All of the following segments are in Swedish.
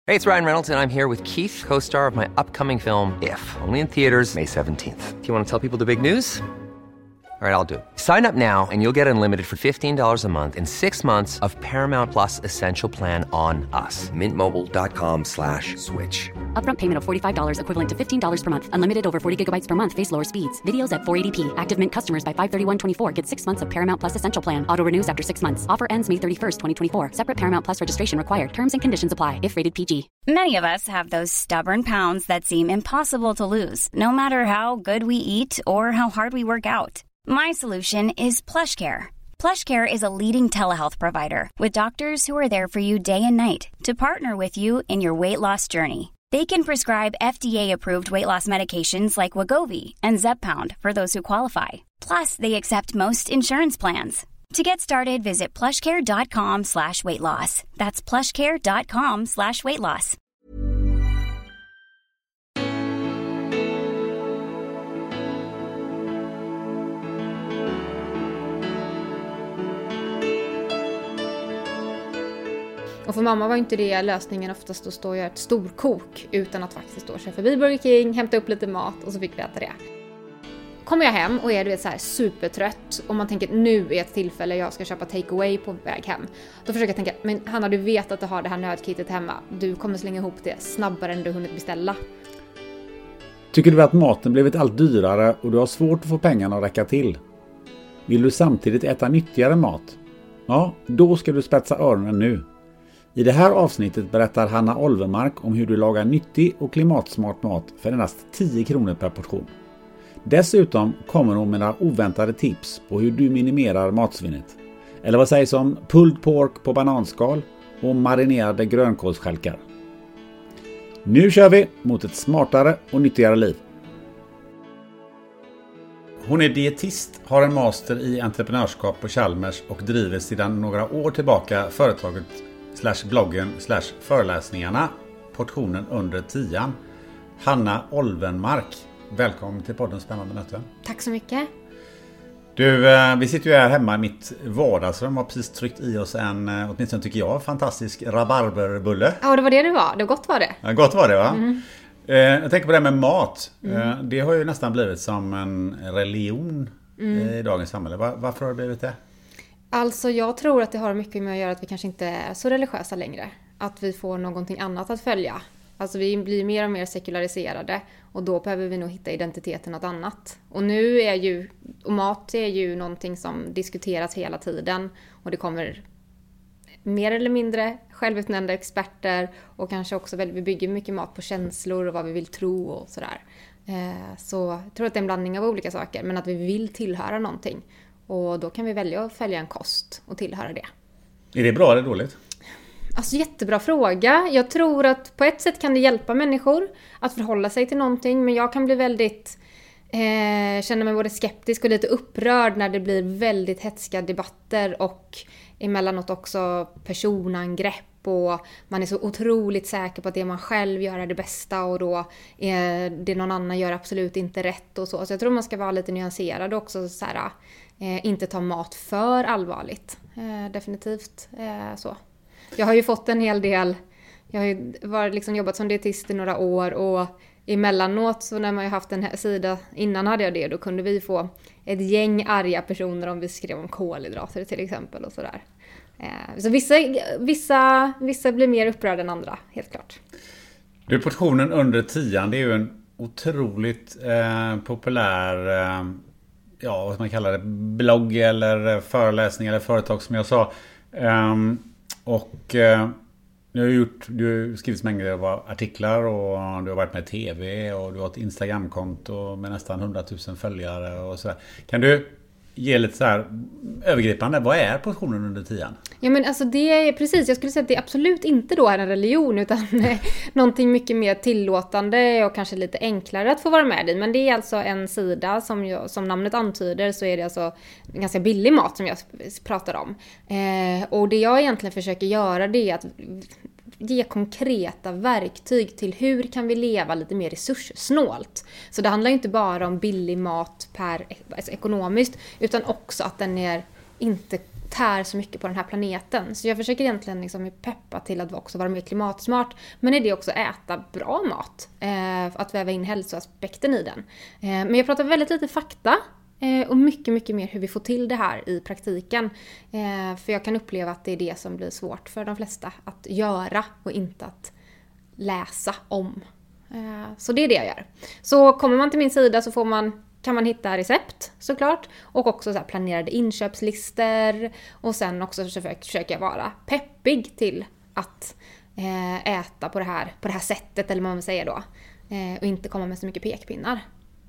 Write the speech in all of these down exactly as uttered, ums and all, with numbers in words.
Hey, it's Ryan Reynolds, and I'm here with Keith, co-star of my upcoming film, If, only in theaters May seventeenth. Do you want to tell people the big news? All right, I'll do it. Sign up now and you'll get unlimited for fifteen dollars a month and six months of Paramount Plus Essential Plan on us. Mint Mobile dot com slash switch. Upfront payment of forty-five dollars equivalent to fifteen dollars per month. Unlimited over forty gigabytes per month. Face lower speeds. Videos at four eighty p. Active Mint customers by five thirty-one twenty-four get six months of Paramount Plus Essential Plan. Auto renews after six months. Offer ends May thirty-first, twenty twenty-four. Separate Paramount Plus registration required. Terms and conditions apply if rated P G. Many of us have those stubborn pounds that seem impossible to lose, no matter how good we eat or how hard we work out. My solution is PlushCare. PlushCare is a leading telehealth provider with doctors who are there for you day and night to partner with you in your weight loss journey. They can prescribe F D A-approved weight loss medications like Wegovy and Zepbound for those who qualify. Plus, they accept most insurance plans. To get started, visit plushcare.com slash weight loss. That's plushcare.com slash weight loss. Och för mamma var inte det lösningen oftast att stå och göra ett storkok utan att faktiskt stå sig förbi Burger King, hämta upp lite mat och så fick vi äta det. Kommer jag hem och är du vet, så här supertrött och man tänker nu är ett tillfälle jag ska köpa takeaway på väg hem. Då försöker jag tänka, men Hanna, du vet att du har det här nödkittet hemma. Du kommer slänga ihop det snabbare än du hunnit beställa. Tycker du att maten blivit allt dyrare och du har svårt att få pengarna att räcka till? Vill du samtidigt äta nyttigare mat? Ja, då ska du spetsa öronen nu. I det här avsnittet berättar Hanna Olvenmark om hur du lagar nyttig och klimatsmart mat för endast tio kronor per portion. Dessutom kommer hon med några oväntade tips på hur du minimerar matsvinnet. Eller vad sägs om pulled pork på bananskal och marinerade grönkålsskälkar. Nu kör vi mot ett smartare och nyttigare liv. Hon är dietist, har en master i entreprenörskap på Chalmers och driver sedan några år tillbaka företaget slash bloggen slash föreläsningarna Portionen under tian. Hanna Olvenmark, välkommen till podden Spännande möten. Tack så mycket. Du, vi sitter ju här hemma i mitt vardagsrum och har precis tryckt i oss en, åtminstone tycker jag, fantastisk rabarberbulle. Ja, det var det det var. Det gott var det. Ja, gott var det va? Mm. Jag tänker på det med mat. Mm. Det har ju nästan blivit som en religion Mm. i dagens samhälle. Varför har det blivit det? Alltså jag tror att det har mycket med att göra att vi kanske inte är så religiösa längre. Att vi får någonting annat att följa. Alltså vi blir mer och mer sekulariserade och då behöver vi nog hitta identiteten något annat. Och nu är ju, och mat är ju någonting som diskuteras hela tiden och det kommer mer eller mindre självutnämnda experter och kanske också väldigt, vi bygger mycket mat på känslor och vad vi vill tro och sådär. Så jag tror att det är en blandning av olika saker men att vi vill tillhöra någonting. Och då kan vi välja att följa en kost och tillhöra det. Är det bra eller dåligt? Alltså jättebra fråga. Jag tror att på ett sätt kan det hjälpa människor att förhålla sig till någonting. Men jag kan bli väldigt, eh, känna mig både skeptisk och lite upprörd när det blir väldigt hetska debatter. Och emellanåt också personangrepp. Och man är så otroligt säker på att det man själv gör är det bästa. Och då är det någon annan gör absolut inte rätt och så. Så jag tror man ska vara lite nyanserad också. Så här, eh, inte ta mat för allvarligt. Eh, definitivt eh, så. Jag har ju fått en hel del, jag har ju varit liksom jobbat som dietist i några år och emellanåt så när man har haft en här sida, innan hade jag det, då kunde vi få ett gäng arga personer om vi skrev om kolhydrater till exempel och sådär. Så vissa, vissa, vissa blir mer upprörda än andra, helt klart. Du, portionen under tian, det är ju en otroligt eh, populär, eh, ja vad man kallar det, blogg eller föreläsning eller företag som jag sa. Um, Och eh, du har gjort, du har skrivit mängder av artiklar och du har varit med i tv och du har ett Instagramkonto med nästan hundratusen följare och sådär. Kan du ge lite så här övergripande, vad är portionen under tian? Ja men alltså det är precis, jag skulle säga att det är absolut inte då är en religion utan någonting mycket mer tillåtande och kanske lite enklare att få vara med i. Men det är alltså en sida som, jag, som namnet antyder så är det alltså ganska billig mat som jag pratar om. Eh, och det jag egentligen försöker göra det är att ge konkreta verktyg till hur kan vi leva lite mer resurssnålt. Så det handlar ju inte bara om billig mat per alltså ekonomiskt utan också att den är inte tär så mycket på den här planeten. Så jag försöker egentligen liksom peppa till att också vara mer klimatsmart. Men är det också äta bra mat. Eh, att väva in hälsoaspekten i den. Eh, men jag pratar väldigt lite fakta. Eh, och mycket, mycket mer hur vi får till det här i praktiken. Eh, för jag kan uppleva att det är det som blir svårt för de flesta att göra och inte att läsa om. Eh, så det är det jag gör. Så kommer man till min sida så får man, kan man hitta recept såklart. Och också så här planerade inköpslister. Och sen också försöker, försöker jag vara peppig till att eh, äta på det, här, på det här sättet, eller vad man säger då. Eh, och inte komma med så mycket pekpinnar.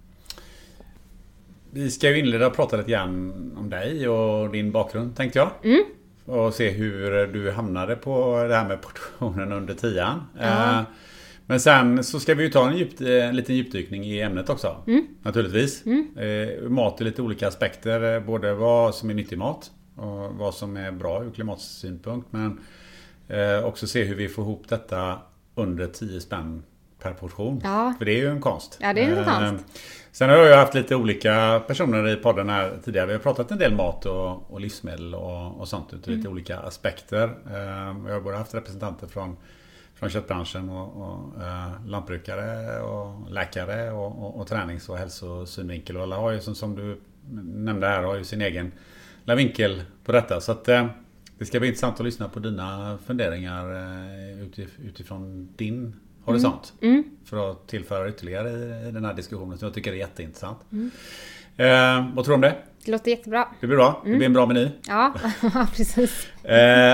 Vi ska ju inleda och prata lite grann om dig och din bakgrund, tänkte jag. Mm. Och se hur du hamnade på det här med portionen under tian. Ja. Men sen så ska vi ju ta en, djup, en liten djupdykning i ämnet också. Mm. Naturligtvis. Mm. Mat i lite olika aspekter. Både vad som är nyttig mat och vad som är bra ur klimatsynpunkt. Men också se hur vi får ihop detta under tio spänn per portion. Ja. För det är ju en konst. Ja, det är en konst. Sen har jag ju haft lite olika personer i podden här tidigare. Vi har pratat en del mat och, och livsmedel och, och sånt ur mm. lite olika aspekter. Jag har både haft representanter från, från köttbranschen och, och uh, lantbrukare och läkare och, och, och tränings- och hälsosynvinkel. Och alla har ju, som, som du nämnde här, har ju sin egen vinkel på detta. Så att uh, det ska bli intressant att lyssna på dina funderingar uh, utif- utifrån din horisont. Mm. Mm. För att tillföra ytterligare i, i den här diskussionen som jag tycker är jätteintressant. Mm. Eh, vad tror du om det? Det låter jättebra. Det blir bra. Mm. Det blir en bra meny. Ja, precis. Eh,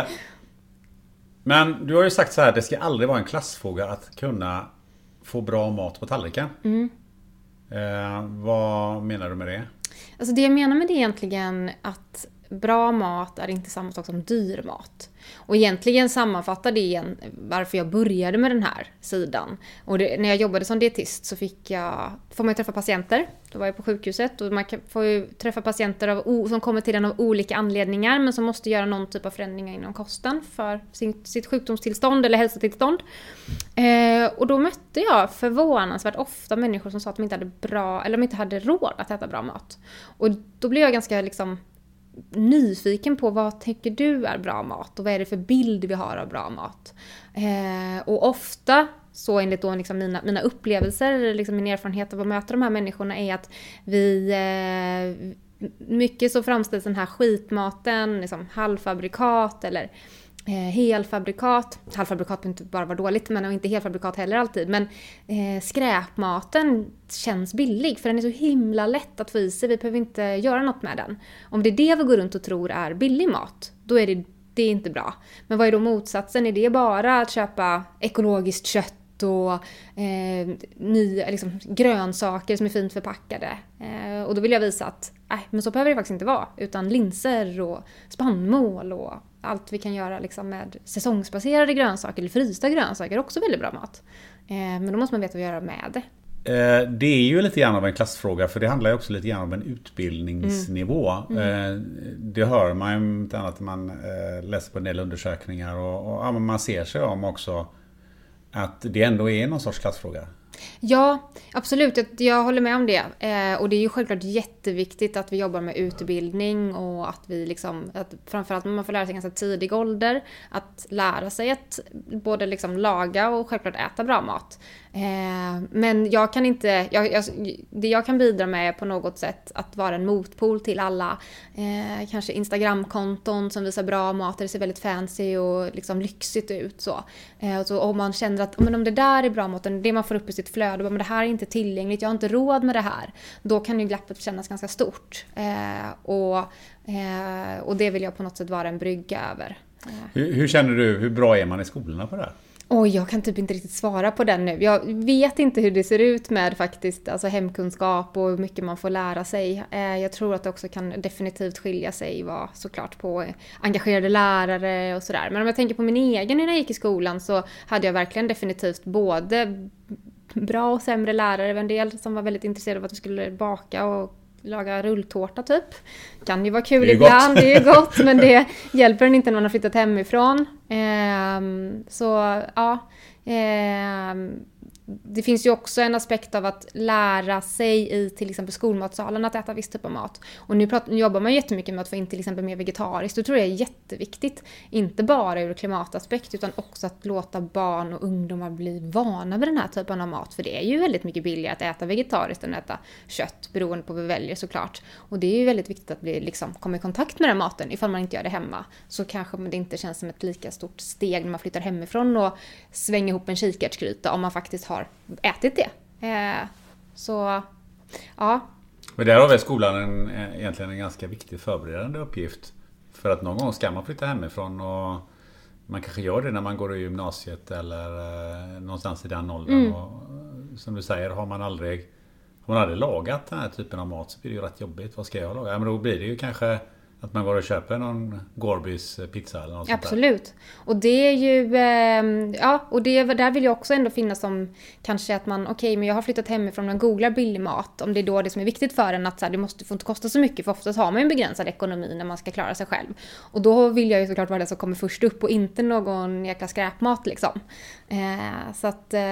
men du har ju sagt så här, det ska aldrig vara en klassfråga att kunna få bra mat på tallriken. Mm. Eh, vad menar du med det? Alltså det jag menar med det är egentligen att bra mat är inte samma sak som dyr mat. Och egentligen sammanfattar det igen varför jag började med den här sidan. Och det, när jag jobbade som dietist så fick jag, får man ju träffa patienter. Då var jag på sjukhuset och man får ju träffa patienter av, som kommer till den av olika anledningar men som måste göra någon typ av förändringar inom kosten för sin, sitt sjukdomstillstånd eller hälsotillstånd. Eh, och då mötte jag förvånansvärt ofta människor som sa att de inte hade bra, eller de inte hade råd att äta bra mat. Och då blev jag ganska liksom nyfiken på vad tänker du är bra mat och vad är det för bild vi har av bra mat. Eh, och ofta så enligt då liksom mina, mina upplevelser, liksom min erfarenhet av att möta de här människorna är att vi eh, mycket så framställs den här skitmaten, liksom halvfabrikat eller Eh, helfabrikat. Halvfabrikat behöver inte bara vara dåligt, men inte helfabrikat heller alltid. Men eh, skräpmaten känns billig för den är så himla lätt att få i sig. Vi behöver inte göra något med den. Om det är det vi går runt och tror är billig mat, då är det, det är inte bra. Men vad är då motsatsen? Är det bara att köpa ekologiskt kött och eh, nya liksom, grönsaker som är fint förpackade? Eh, och då vill jag visa att äh, men så behöver det faktiskt inte vara. Utan linser och spannmål och allt vi kan göra liksom med säsongsbaserade grönsaker eller frysta grönsaker är också väldigt bra mat. Eh, men då måste man veta vad göra med det. Eh, det är ju lite grann av en klassfråga, för det handlar ju också lite grann om en utbildningsnivå. Mm. Mm. Eh, det hör man ju inte annat när man eh, läser på en del undersökningar och, och ja, man ser sig om också att det ändå är någon sorts klassfråga. Ja, absolut. Jag, jag håller med om det. Eh, och det är ju självklart jätteviktigt att vi jobbar med utbildning och att vi liksom, att framförallt man får lära sig ganska tidig ålder att lära sig att både liksom laga och självklart äta bra mat. Eh, men jag kan inte, jag, jag, det jag kan bidra med är på något sätt att vara en motpol till alla eh, kanske Instagram-konton som visar bra mat, det ser väldigt fancy och liksom lyxigt ut så. Eh, så om man känner att men om det där är bra mat, det man får upp i sitt flöde, men det här är inte tillgängligt, jag har inte råd med det här, då kan ju glappet kännas ganska stort. Eh, och, eh, och det vill jag på något sätt vara en brygga över. Eh. Hur, hur känner du, hur bra är man i skolorna på det här? Oj, jag kan typ inte riktigt svara på den nu. Jag vet inte hur det ser ut med faktiskt alltså hemkunskap och hur mycket man får lära sig. Eh, jag tror att det också kan definitivt skilja sig vad, såklart på engagerade lärare och sådär. Men om jag tänker på min egen när jag gick i skolan så hade jag verkligen definitivt både bra och sämre lärare. En del som var väldigt intresserade av att vi skulle baka och laga rulltårta typ. Kan ju vara kul ibland, det är ju gott, men det hjälper en inte när man har flyttat hemifrån. Ehm, så ja, ehm, det finns ju också en aspekt av att lära sig i till exempel skolmatsalen att äta viss typ av mat. Och nu, pratar, nu jobbar man jättemycket med att få in till exempel mer vegetariskt. Jag tror det är jätteviktigt. Inte bara ur klimataspekt utan också att låta barn och ungdomar bli vana vid den här typen av mat. För det är ju väldigt mycket billigare att äta vegetariskt än att äta kött beroende på vad vi väljer såklart. Och det är ju väldigt viktigt att bli, liksom, komma i kontakt med den maten. Ifall man inte gör det hemma så kanske det inte känns som ett lika stort steg när man flyttar hemifrån och svänger ihop en kikärtsgryta om man faktiskt har ätit det. Eh, så, ja. Men där har väl skolan en, egentligen en ganska viktig förberedande uppgift. För att någon gång ska man flytta hemifrån och man kanske gör det när man går i gymnasiet eller eh, någonstans i den åldern. Mm. Och, som du säger, har man aldrig har man aldrig lagat den här typen av mat så blir det ju rätt jobbigt. Vad ska jag laga? Ja, men då blir det ju kanske att man går och köper någon Gorbys pizza eller något. Absolut. Sånt där. Och det är ju eh, ja, och det där vill jag också ändå finna som kanske att man okej, okay, men jag har flyttat hemifrån och googlar billig mat. Om det är då det som är viktigt för en att så här, det måste få inte kosta så mycket för oftast har man en begränsad ekonomi när man ska klara sig själv. Och då vill jag ju såklart vara det som kommer först upp och inte någon jäkla skräpmat liksom. Eh, så att eh,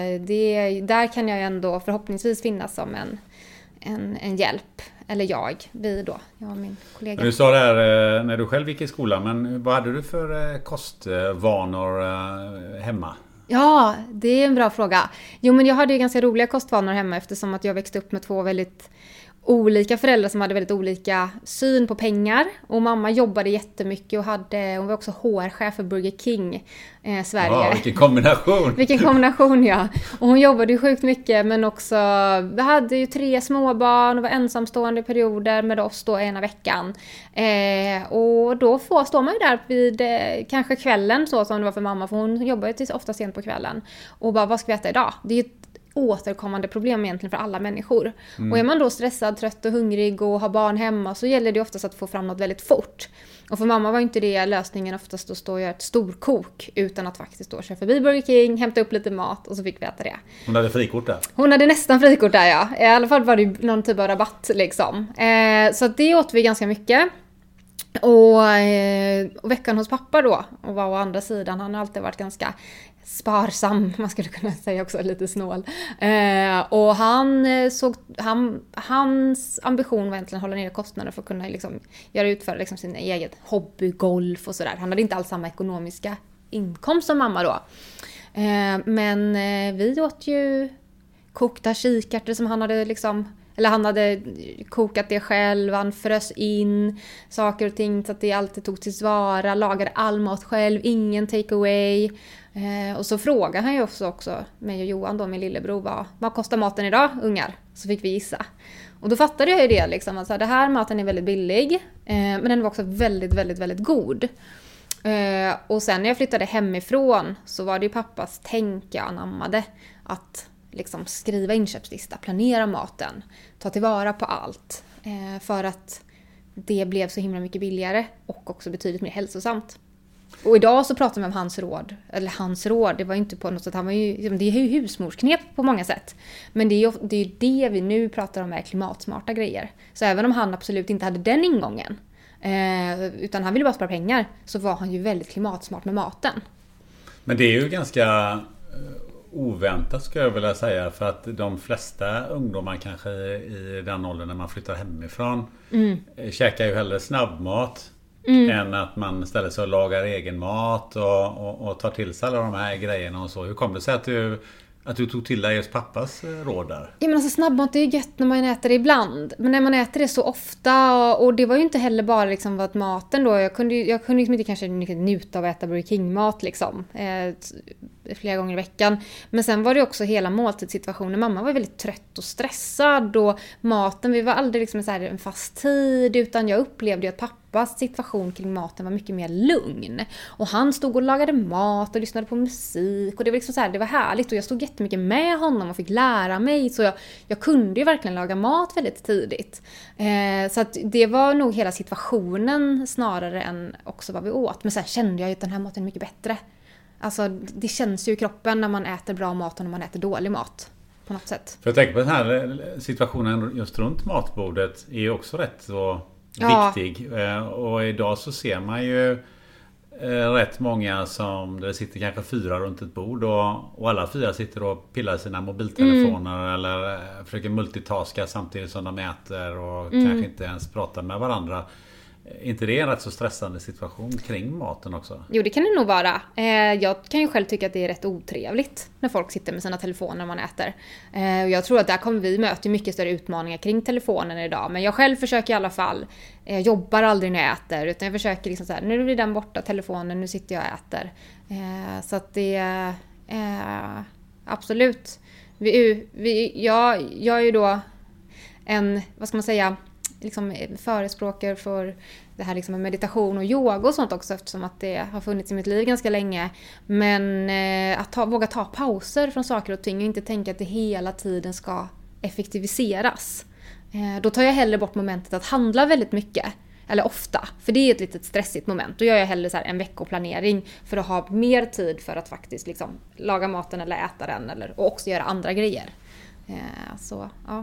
det där kan jag ju ändå förhoppningsvis finna som en En, en hjälp, eller jag, vi då, jag och min kollega. Du sa det här när du själv gick i skolan, men vad hade du för kostvanor hemma? Ja, det är en bra fråga. Jo, men jag hade ju ganska roliga kostvanor hemma eftersom att jag växte upp med två väldigt olika föräldrar som hade väldigt olika syn på pengar. Och mamma jobbade jättemycket och hade, hon var också H R-chef för Burger King eh, Sverige. Ja, vilken kombination! vilken kombination, ja. Och hon jobbade ju sjukt mycket, men också, vi hade ju tre småbarn och var ensamstående perioder med oss då ena veckan. Eh, och då får, står man ju där vid eh, kanske kvällen så som det var för mamma, för hon jobbar ju tills ofta sent på kvällen. Och bara, vad ska vi äta idag? Det är ju återkommande problem egentligen för alla människor. Mm. Och är man då stressad, trött och hungrig och har barn hemma så gäller det oftast att få fram något väldigt fort. Och för mamma var inte det lösningen oftast att stå och göra ett storkok utan att faktiskt då köra förbi Burger King, hämta upp lite mat och så fick vi äta det. Hon hade frikort där? Hon hade nästan frikort där, ja. I alla fall var det ju någon typ av rabatt liksom. Eh, så det åt vi ganska mycket. Och, eh, och veckan hos pappa då, och var å andra sidan, han har alltid varit ganska sparsam, man skulle kunna säga också lite snål. Eh, och han såg, han, hans ambition var egentligen att hålla ner kostnader för att kunna liksom göra utföra liksom sin egen hobby, golf och sådär. Han hade inte alls samma ekonomiska inkomst som mamma då. Eh, men eh, vi åt ju kokta kikärtor som han hade liksom, eller han hade kokat det själv, han frös in saker och ting så att det alltid tog till svara, lagade all mat själv, ingen takeaway. Eh, och så frågade han ju också, också mig och Johan då, min lillebror, vad, vad kostar maten idag, ungar? Så fick vi gissa. Och då fattade jag ju det liksom, att så här, det här maten är väldigt billig, eh, men den var också väldigt, väldigt, väldigt god. Eh, och sen när jag flyttade hemifrån så var det ju pappas tänk jag anammade att liksom skriva inköpslista, planera maten, ta tillvara på allt, eh, för att det blev så himla mycket billigare och också betydligt mer hälsosamt. Och idag så pratar man om hans råd, eller hans råd, det var ju inte på något sätt, han var ju, det är ju husmorsknep på många sätt. Men det är ju det, är det vi nu pratar om är klimatsmarta grejer. Så även om han absolut inte hade den ingången, eh, utan han ville bara spara pengar, så var han ju väldigt klimatsmart med maten. Men det är ju ganska oväntat ska jag vilja säga, för att de flesta ungdomar kanske i den åldern när man flyttar hemifrån mm. käkar ju hellre snabbmat mm. än att man ställer sig och lagar egen mat och, och, och tar till sig alla de här grejerna och så. Hur kom det sig att du, att du tog till dig just pappas råd där? Ja, men alltså snabbmat är ju gött när man äter det ibland. Men när man äter det så ofta, och, och det var ju inte heller bara liksom vad maten då. Jag kunde, jag kunde liksom inte kanske njuta av att äta Burger King-mat liksom. Eh, flera gånger i veckan. Men sen var det också hela måltidssituationen. Mamma var väldigt trött och stressad och maten, vi var aldrig liksom så här en fast tid, utan jag upplevde att pappas situation kring maten var mycket mer lugn. Och han stod och lagade mat och lyssnade på musik och det var liksom så här, det var härligt och jag stod jättemycket med honom och fick lära mig, så jag, jag kunde ju verkligen laga mat väldigt tidigt. Eh, så att det var nog hela situationen snarare än också vad vi åt. Men sen kände jag ju att den här maten är mycket bättre. Alltså det känns ju i kroppen när man äter bra mat och när man äter dålig mat på något sätt. För jag tänker på den här situationen just runt matbordet är ju också rätt så ja. viktig. Och idag så ser man ju eh, rätt många som, där det sitter kanske fyra runt ett bord och, och alla fyra sitter och pillar sina mobiltelefoner mm. eller eh, försöker multitaska samtidigt som de äter och mm. kanske inte ens pratar med varandra. Inte det är en rätt så stressande situation kring maten också? Jo, det kan det nog vara. Jag kan ju själv tycka att det är rätt otrevligt när folk sitter med sina telefoner när man äter. Jag tror att där kommer vi möta mycket större utmaningar kring telefonen idag. Men jag själv försöker i alla fall, jag jobbar aldrig när jag äter. Utan jag försöker liksom så här, nu blir den borta, telefonen, nu sitter jag och äter. Så att det är absolut. Vi, vi, jag, jag är ju då en, vad ska man säga, liksom förespråkar för det här liksom med meditation och yoga och sånt också, eftersom att det har funnits i mitt liv ganska länge. Men eh, att ta, våga ta pauser från saker och ting och inte tänka att det hela tiden ska effektiviseras. Eh, då tar jag hellre bort momentet att handla väldigt mycket, eller ofta, för det är ett litet stressigt moment. Då gör jag hellre så här en veckoplanering för att ha mer tid för att faktiskt liksom laga maten eller äta den, eller, och också göra andra grejer. Eh, så, ja.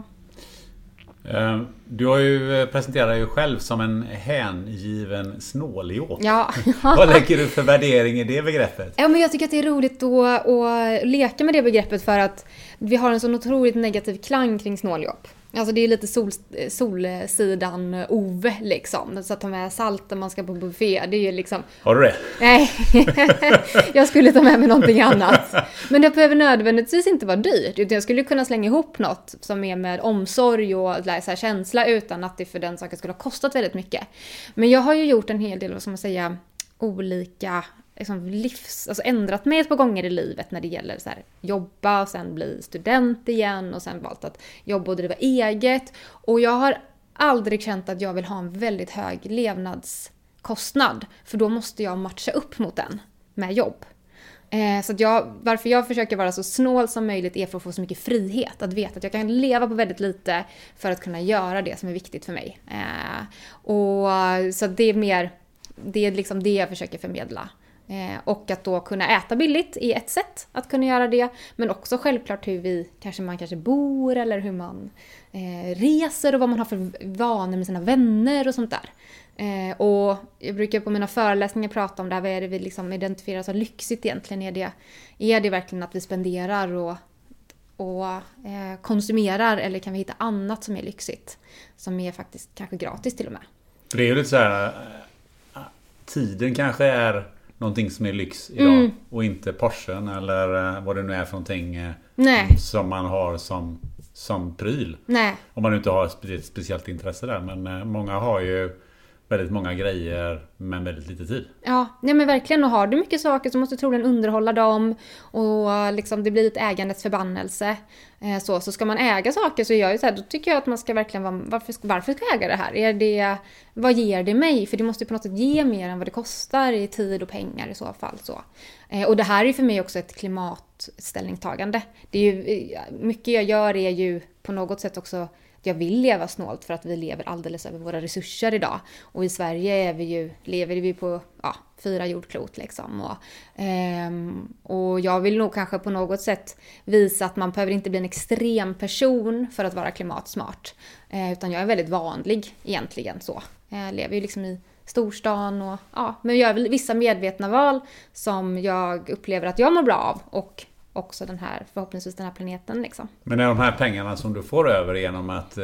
Du har ju presenterat dig själv som en hängiven snåljåp. Ja. Vad lägger du för värdering i det begreppet? Ja, men jag tycker att det är roligt att, att leka med det begreppet för att vi har en sån otroligt negativ klang kring snåljåp. Alltså det är lite sol, solsidan Ove liksom. Så att ta med salt när man ska på buffé. Det är ju liksom... Har du det? Nej, jag skulle ta med mig någonting annat. Men det behöver nödvändigtvis inte vara dyrt. Utan jag skulle kunna slänga ihop något som är med omsorg och så här, känsla utan att det för den saken skulle ha kostat väldigt mycket. Men jag har ju gjort en hel del, vad ska man säga, olika... Liksom livs, alltså ändrat mig ett par gånger i livet när det gäller så här, jobba och sen bli student igen och sen valt att jobba och driva eget. Och jag har aldrig känt att jag vill ha en väldigt hög levnadskostnad, för då måste jag matcha upp mot den med jobb. Eh, så att jag, varför jag försöker vara så snål som möjligt är för att få så mycket frihet. Att veta att jag kan leva på väldigt lite för att kunna göra det som är viktigt för mig. Eh, och så det är mer, det är liksom det jag försöker förmedla. Eh, och att då kunna äta billigt är ett sätt att kunna göra det. Men också självklart hur vi, kanske man kanske bor eller hur man eh, reser och vad man har för vanor med sina vänner och sånt där. Eh, och jag brukar på mina föreläsningar prata om det här, vad är det vi liksom identifierar som lyxigt egentligen? Är det, är det verkligen att vi spenderar och, och eh, konsumerar, eller kan vi hitta annat som är lyxigt? Som är faktiskt kanske gratis till och med. Det är ju lite så här, tiden kanske är någonting som är lyx idag mm. och inte Porschen eller vad det nu är för någonting Nej. som man har som, som pryl. Nej. Om man inte har ett speciellt intresse där. Men många har ju väldigt många grejer men väldigt lite tid. Ja, nej men verkligen. Och har du mycket saker så måste du troligen underhålla dem. Och liksom det blir ett ägandets förbannelse. Så, så ska man äga saker så gör jag så här, då tycker jag att man ska verkligen vara, varför, varför ska jag äga det här? Är det, vad ger det mig? För det måste ju på något sätt ge mer än vad det kostar i tid och pengar i så fall. Så. Och det här är ju för mig också ett klimatställningstagande. Det är ju, mycket jag gör är ju på något sätt också jag vill leva snålt för att vi lever alldeles över våra resurser idag. Och i Sverige är vi ju, lever vi på ja, fyra jordklot liksom. Och, ehm, och jag vill nog kanske på något sätt visa att man behöver inte bli en extrem person för att vara klimatsmart. Eh, utan jag är väldigt vanlig egentligen så. Jag lever ju liksom i storstan och ja, men jag gör vissa medvetna val som jag upplever att jag mår bra av. Och också den här, förhoppningsvis den här planeten liksom. Men är de här pengarna som du får över genom att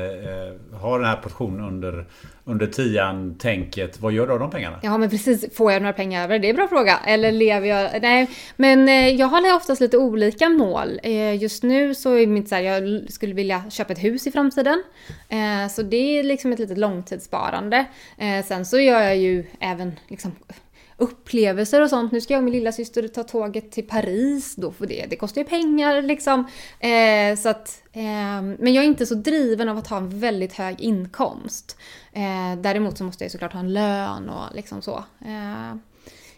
eh, ha den här portionen under, under tian tänket, vad gör du av de pengarna? Ja men precis, får jag några pengar över? Det är en bra fråga. Eller lever jag? Nej, men eh, jag har oftast lite olika mål. Eh, just nu så är mitt så här, jag skulle vilja köpa ett hus i framtiden. Eh, så det är liksom ett litet långtidssparande. Eh, sen så gör jag ju även liksom upplevelser och sånt. Nu ska jag och min lilla syster ta tåget till Paris då, för det, det kostar ju pengar liksom. Eh, så att, eh, men jag är inte så driven av att ha en väldigt hög inkomst. Eh, däremot så måste jag såklart ha en lön och liksom så. Eh, eh,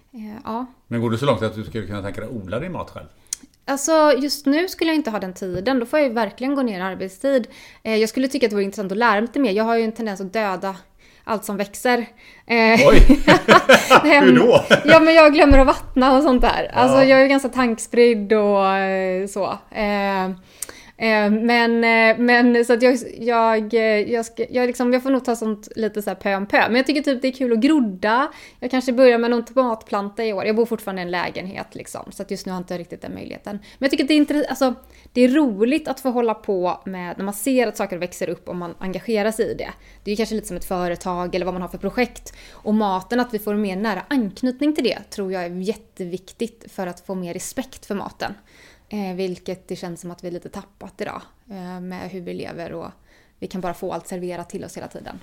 ja. Men går du så långt att du skulle kunna tänka dig odla din mat själv? Alltså just nu skulle jag inte ha den tiden. Då får jag ju verkligen gå ner i arbetstid. Eh, jag skulle tycka att det vore intressant att lära mig lite mer. Jag har ju en tendens att döda allt som växer. Oj! Hur då? Ja, men jag glömmer att vattna och sånt där. Ja. Alltså jag är ju ganska tankspridd och så. Eh, men, eh, men så att jag, jag, jag, ska, jag, liksom, jag får nog ta sånt lite så här pö om pö. Men jag tycker typ det är kul att grodda. Jag kanske börjar med någon tomatplanta i år. Jag bor fortfarande i en lägenhet liksom, så att just nu har jag inte riktigt den möjligheten. Men jag tycker att det är, intress- alltså, det är roligt att få hålla på med när man ser att saker växer upp och man engagerar sig i det. Det är ju kanske lite som ett företag eller vad man har för projekt. Och maten, att vi får mer nära anknytning till det, tror jag är jätteviktigt för att få mer respekt för maten. Eh, vilket det känns som att vi är lite tappat idag eh, med hur vi lever och vi kan bara få allt serverat till oss hela tiden.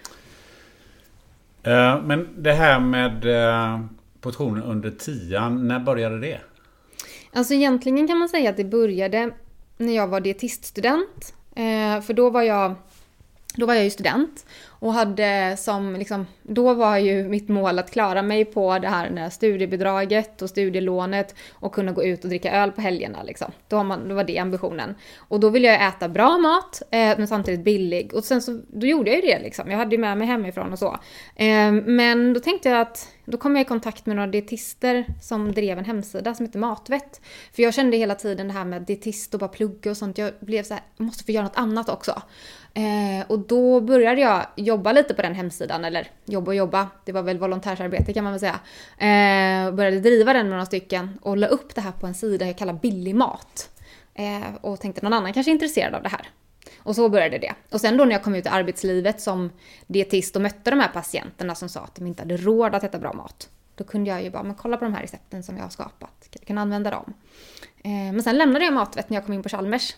Uh, men det här med uh, portionen under tian, när började det? Alltså egentligen kan man säga att det började när jag var dietiststudent. Eh, för då var jag Då var jag ju student och hade som liksom, då var ju mitt mål att klara mig på det här, det här studiebidraget och studielånet och kunna gå ut och dricka öl på helgerna liksom. Då, har man, då var det ambitionen. Och då ville jag äta bra mat eh, men samtidigt billig. Och sen så, då gjorde jag ju det liksom. Jag hade ju med mig hemifrån och så. Eh, men då tänkte jag att då kom jag i kontakt med några dietister som drev en hemsida som heter Matvett. För jag kände hela tiden det här med dietist och bara plugga och sånt. Jag blev så här, jag måste få göra något annat också. Eh, och då började jag jobba lite på den hemsidan, eller jobba och jobba, det var väl volontärsarbete kan man väl säga. Eh, började driva den med några stycken och la upp det här på en sida jag kallar billig mat. Eh, och tänkte någon annan kanske är intresserad av det här. Och så började det. Och sen då när jag kom ut i arbetslivet som dietist och mötte de här patienterna som sa att de inte hade råd att äta bra mat. Då kunde jag ju bara, men kolla på de här recepten som jag har skapat. Jag kan använda dem. Eh, men sen lämnade jag Matvett när jag kom in på Chalmers.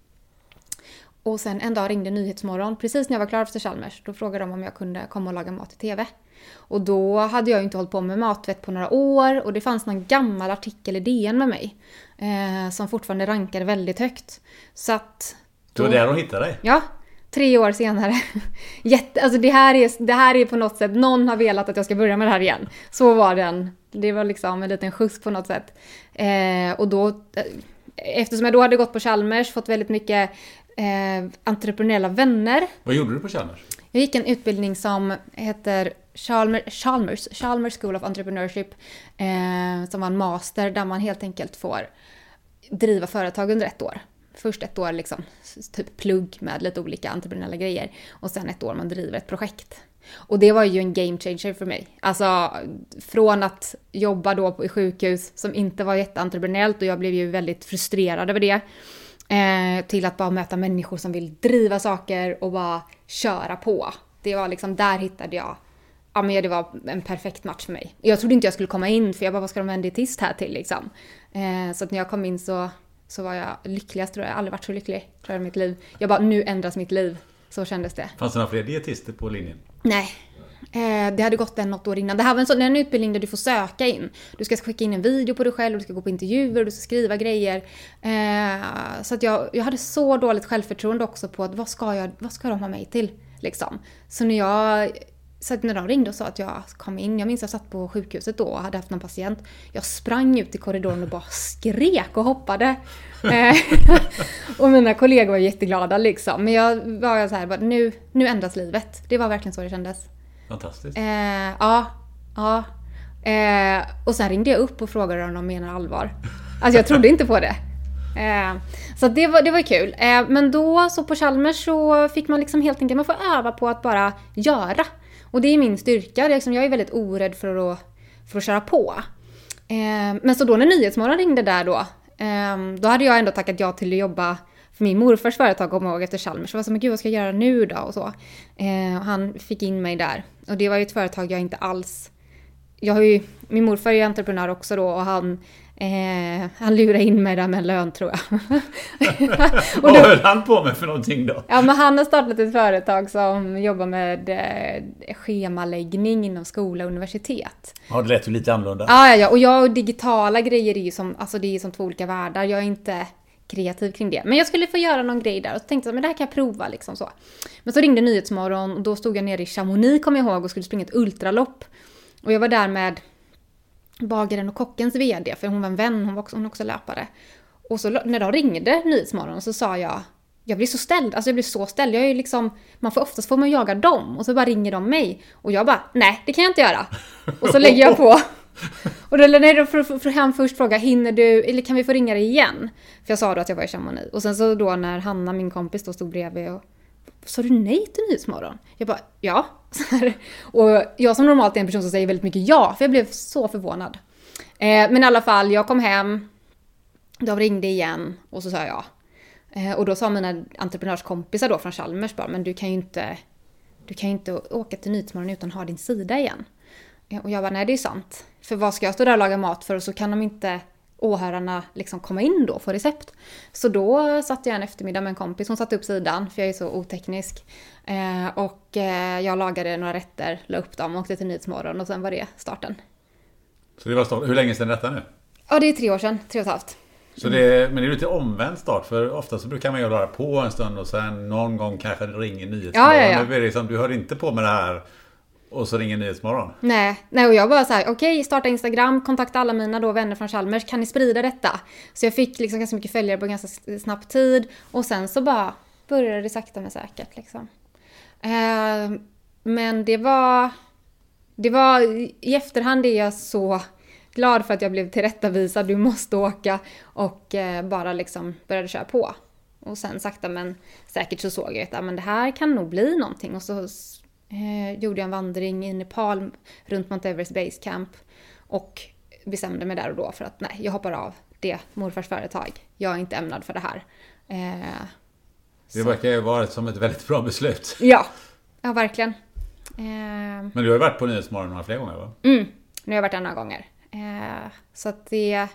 Och sen en dag ringde Nyhetsmorgon, precis när jag var klar efter Chalmers. Då frågade de om jag kunde komma och laga mat i tv. Och då hade jag inte hållit på med Matvett på några år. Och det fanns någon gammal artikel i D N med mig. Eh, som fortfarande rankade väldigt högt. Så att... Då, det var där de hittade dig? Ja, tre år senare. Jätte, alltså det här, är, det här är på något sätt, någon har velat att jag ska börja med det här igen. Så var den. Det var liksom en liten skjuts på något sätt. Eh, och då, eftersom jag då hade gått på Chalmers, fått väldigt mycket eh, entreprenöriella vänner. Vad gjorde du på Chalmers? Jag gick en utbildning som heter Chalmers, Chalmers, Chalmers School of Entrepreneurship. Eh, som var en master där man helt enkelt får driva företag under ett år. Först ett år liksom, typ plugg med lite olika entreprenöriella grejer. Och sen ett år man driver ett projekt. Och det var ju en game changer för mig. Alltså från att jobba då på, i sjukhus som inte var jätteentreprenöriellt. Och jag blev ju väldigt frustrerad över det. Eh, till att bara möta människor som vill driva saker och bara köra på. Det var liksom, där hittade jag. Ja men det var en perfekt match för mig. Jag trodde inte jag skulle komma in för jag bara, vad ska de ha en dietist här till liksom. Eh, så att när jag kom in så... så var jag lyckligast, tror jag. Jag har aldrig varit så lycklig, tror jag, i mitt liv. Jag bara, nu ändras mitt liv. Så kändes det. Fanns det några fler dietister på linjen? Nej. Eh, det hade gått en något år innan. Det här var en sån en utbildning där du får söka in. Du ska skicka in en video på dig själv, du ska gå på intervjuer, du ska skriva grejer. Eh, så att jag, jag hade så dåligt självförtroende också på att vad ska, jag, vad ska de ha mig till? Liksom. Så när jag... Så när de ringde och sa att jag kom in, jag minns jag satt på sjukhuset då och hade haft någon patient. Jag sprang ut i korridoren och bara skrek och hoppade. Och mina kollegor var jätteglada liksom. Men jag var så här, bara, nu, nu ändras livet. Det var verkligen så det kändes. Fantastiskt. Eh, ja, ja. Eh, och sen ringde jag upp och frågade om de menar allvar. Alltså jag trodde inte på det. Eh, så det var, det var kul. Eh, men då så på Chalmers så fick man liksom helt enkelt, man får öva på att bara göra. Och det är min styrka. Liksom, jag är väldigt orädd för att, för att köra på. Eh, men så då när Nyhetsmorgon ringde där då. Eh, då hade jag ändå tackat ja till att jobba för min morfars företag, kom ihåg, efter Chalmers. Så jag var så, men gud, vad ska jag göra nu då? Och så. Eh, och han fick in mig där. Och det var ju ett företag jag inte alls... Jag har ju, min morfar är ju entreprenör också då. Och han... Eh, han lurade in mig där med lön, tror jag. Och vad höll han på med för någonting då? Ja, men han har startat ett företag som jobbar med eh, schemaläggning inom skola och universitet. Ja, det lät ju lite annorlunda. Ja, ja, ja. Och jag och digitala grejer är ju som, alltså det är som två olika världar. Jag är inte kreativ kring det. Men jag skulle få göra någon grej där och så tänkte jag, men det här kan jag prova liksom så. Men så ringde Nyhetsmorgon och då stod jag nere i Chamonix, kommer jag ihåg, och skulle springa ett ultralopp. Och jag var där med bagaren och kockens vd, för hon var en vän, hon var också, hon också löpare. Och så när de ringde Nyhetsmorgon så sa jag, jag blir så ställd, alltså jag blir så ställd, jag är liksom, man får oftast får man jaga dem och så bara ringer de mig och jag bara, nej det kan jag inte göra. Och så lägger jag på. Och då, nej, då för, för, för han först fråga, hinner du, eller kan vi få ringa dig igen? För jag sa då att jag var i Chamonix. Och sen så då när Hanna, min kompis, då stod bredvid och sa du nej till Nyhetsmorgon? Jag bara, ja. Och jag som normalt är en person som säger väldigt mycket ja, för jag blev så förvånad. Eh, men i alla fall, jag kom hem, de ringde igen och så sa jag ja. Och då sa mina entreprenörskompisar då från Chalmers bara, men du kan ju inte, du kan ju inte åka till Nyhetsmorgon utan ha din sida igen. Och jag bara, nej det är sant. För vad ska jag stå där och laga mat för? Och så kan de inte, åhörarna liksom komma in då för recept. Så då satt jag en eftermiddag med en kompis. Hon satte upp sidan, för jag är så oteknisk. Eh, och eh, jag lagade några rätter, la upp dem, åkte till Nyhetsmorgon och sen var det starten. Så det var start. Hur länge sedan detta nu? Ja, det är tre år sedan, tre och ett halvt. Så det, men det är lite omvänd start, för ofta så brukar man ju vara på en stund och sen någon gång kanske det ringer Nyhetsmorgon. Ja, ja, ja. Nu är det liksom, du hör inte på med det här och så ringer Nyhetsmorgon. Nej, nej och jag bara så här, okej, okay, starta Instagram, kontakta alla mina då vänner från Chalmers, kan ni sprida detta? Så jag fick liksom ganska mycket följare på ganska snabb tid och sen så bara började det sakta men säkert liksom. Eh, men det var, det var, i efterhand är jag så glad för att jag blev tillrättavisad, du måste åka och eh, bara liksom började köra på. Och sen sakta men säkert så såg jag att ja, men det här kan nog bli någonting. Och så eh, gjorde jag en vandring i Nepal runt Mount Everest Base Camp och bestämde mig där och då för att nej, jag hoppar av det morfars företag. Jag är inte ämnad för det här. Eh, det verkar ju vara som ett väldigt bra beslut. Ja, ja verkligen. Eh, men du har ju varit på Nyhetsmorgon några fler gånger va? Mm, nu har jag varit några gånger. Eh, så att det...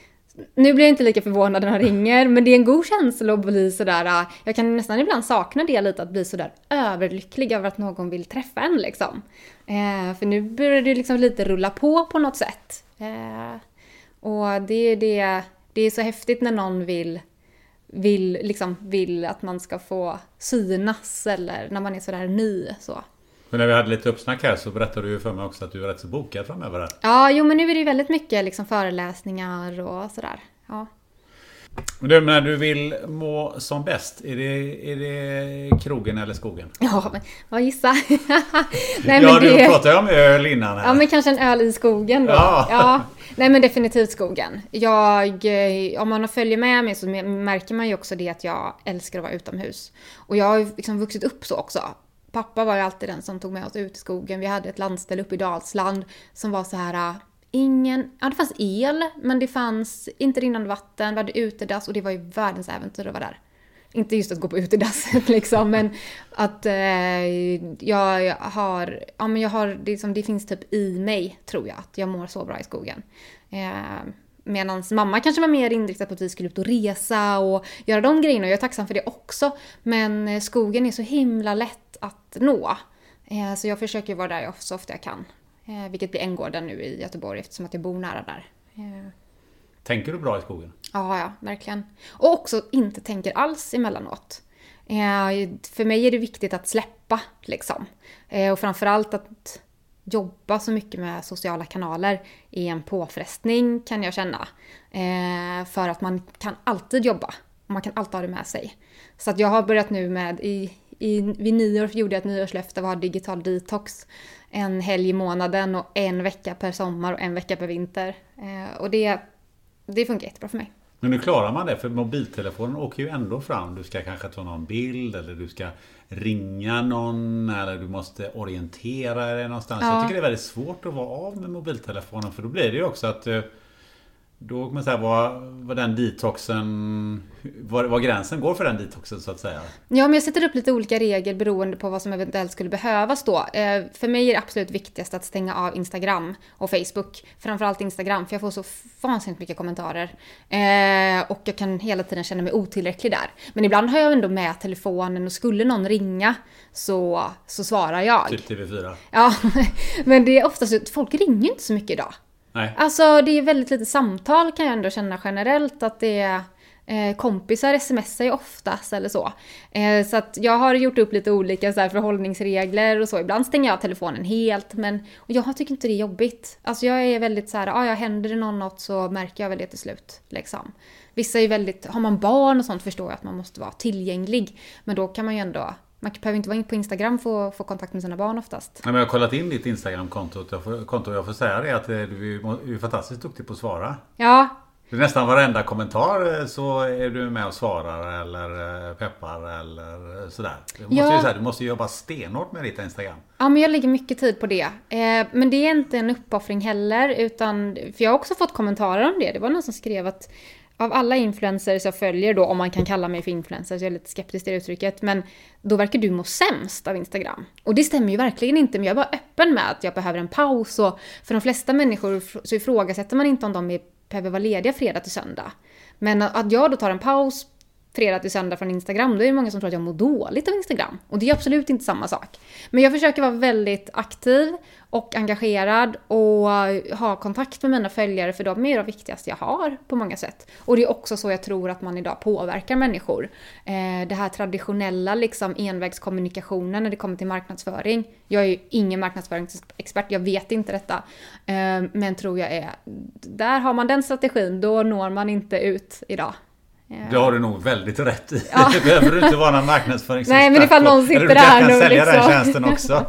Nu blir jag inte lika förvånad när han ringer, men det är en god känsla att bli sådär... Jag kan nästan ibland sakna det lite, att bli sådär överlycklig över att någon vill träffa en liksom. Eh, för nu börjar det liksom lite rulla på på något sätt. Eh, och det, det, det är så häftigt när någon vill, vill, liksom, vill att man ska få synas eller när man är sådär ny så. Men när vi hade lite uppsnack här så berättade du ju för mig också att du är rätt så bokad framöver här. Ja, jo men nu är det ju väldigt mycket liksom föreläsningar och sådär. Ja. Men du, när du vill må som bäst, är det, är det krogen eller skogen? Ja, men vad gissa? Nej, ja, men du det... pratade om öl innan här. Ja, men kanske en öl i skogen då. Ja. Ja. Nej, men definitivt skogen. Jag, om man följer med mig så märker man ju också det att jag älskar att vara utomhus. Och jag har liksom vuxit upp så också. Pappa var ju alltid den som tog med oss ut i skogen. Vi hade ett landställe uppe i Dalsland som var så här, ingen, ja det fanns el, men det fanns inte rinnande vatten, vi hade utedass och det var ju världens äventyr att vara där. Inte just att gå på utedasset liksom, men att eh, jag har, ja men jag har, det, som, det finns typ i mig tror jag, att jag mår så bra i skogen. Eh, Medan mamma kanske var mer inriktad på att vi skulle ut och resa och göra de grejerna. Jag är tacksam för det också. Men skogen är så himla lätt att nå. Så jag försöker vara där så ofta jag kan. Vilket blir Änggården nu i Göteborg eftersom att jag bor nära där. Tänker du bra i skogen? Ja, ja, verkligen. Och också inte tänker alls emellanåt. För mig är det viktigt att släppa liksom. Och framförallt att... jobba så mycket med sociala kanaler är en påfrestning kan jag känna. Eh, för att man kan alltid jobba. Och man kan alltid ha det med sig. Så att jag har börjat nu med, i, i, vid nyår gjorde jag ett nyårslöfte att ha digital detox. En helg i månaden och en vecka per sommar och en vecka per vinter. Eh, och det, det funkar jättebra för mig. Men nu klarar man det, för mobiltelefonen åker ju ändå fram. Du ska kanske ta någon bild eller du ska ringa någon eller du måste orientera dig någonstans. Ja. Jag tycker det är väldigt svårt att vara av med mobiltelefonen, för då blir det ju också att då kan man säga vad, vad den detoxen, vad, vad gränsen går för den detoxen så att säga. Ja, men jag sätter upp lite olika regler beroende på vad som eventuellt skulle behövas då. Eh, för mig är det absolut viktigast att stänga av Instagram och Facebook. Framförallt Instagram, för jag får så vansinnigt mycket kommentarer. Eh, och jag kan hela tiden känna mig otillräcklig där. Men ibland har jag ändå med telefonen och skulle någon ringa så, så svarar jag. Typ T V fyra. Ja, men det är oftast, folk ringer inte så mycket idag. Nej. Alltså det är väldigt lite samtal kan jag ändå känna generellt, att det är eh, kompisar smsar ju oftast eller så. Eh, så att jag har gjort upp lite olika så här, förhållningsregler och så. Ibland stänger jag telefonen helt, men och jag tycker inte det är jobbigt. Alltså jag är väldigt så här, ja, ja händer det någon något så märker jag väl det till slut liksom. Vissa är väldigt, har man barn och sånt förstår jag att man måste vara tillgänglig, men då kan man ju ändå Man behöver inte vara in på Instagram för att få kontakt med sina barn oftast. Ja, men jag har kollat in ditt Instagram-konto. Jag får, konto, jag får säga det att du är fantastiskt duktig på att svara. Ja. Nästan varenda kommentar så är du med och svarar eller peppar eller sådär. Du måste, ja. ju, säga, du måste jobba stenhårt med ditt Instagram. Ja, men jag lägger mycket tid på det. Eh, men det är inte en uppoffring heller. Utan, för jag har också fått kommentarer om det. Det var någon som skrev att av alla influencers jag följer då, om man kan kalla mig för influencer, så jag är lite skeptisk till det uttrycket, men då verkar du må sämst av Instagram. Och det stämmer ju verkligen inte, men jag är bara öppen med att jag behöver en paus. Och för de flesta människor så ifrågasätter man inte om de är, behöver vara lediga fredag till söndag. Men att jag då tar en paus fredag till söndag från Instagram, då är det många som tror att jag mår dåligt av Instagram. Och det är absolut inte samma sak. Men jag försöker vara väldigt aktiv och engagerad och ha kontakt med mina följare, för de är det viktigaste jag har på många sätt. Och det är också så jag tror att man idag påverkar människor. Eh, det här traditionella liksom envägskommunikationen när det kommer till marknadsföring. Jag är ju ingen marknadsföringsexpert, jag vet inte detta. Eh, men tror jag är, där har man den strategin, då når man inte ut idag. Det har du nog väldigt rätt i. Ja. Det behöver du inte vara någon marknadsföringsexpert. Nej, men ifall någon sitter där nu. Eller du kan sälja liksom. Den tjänsten också.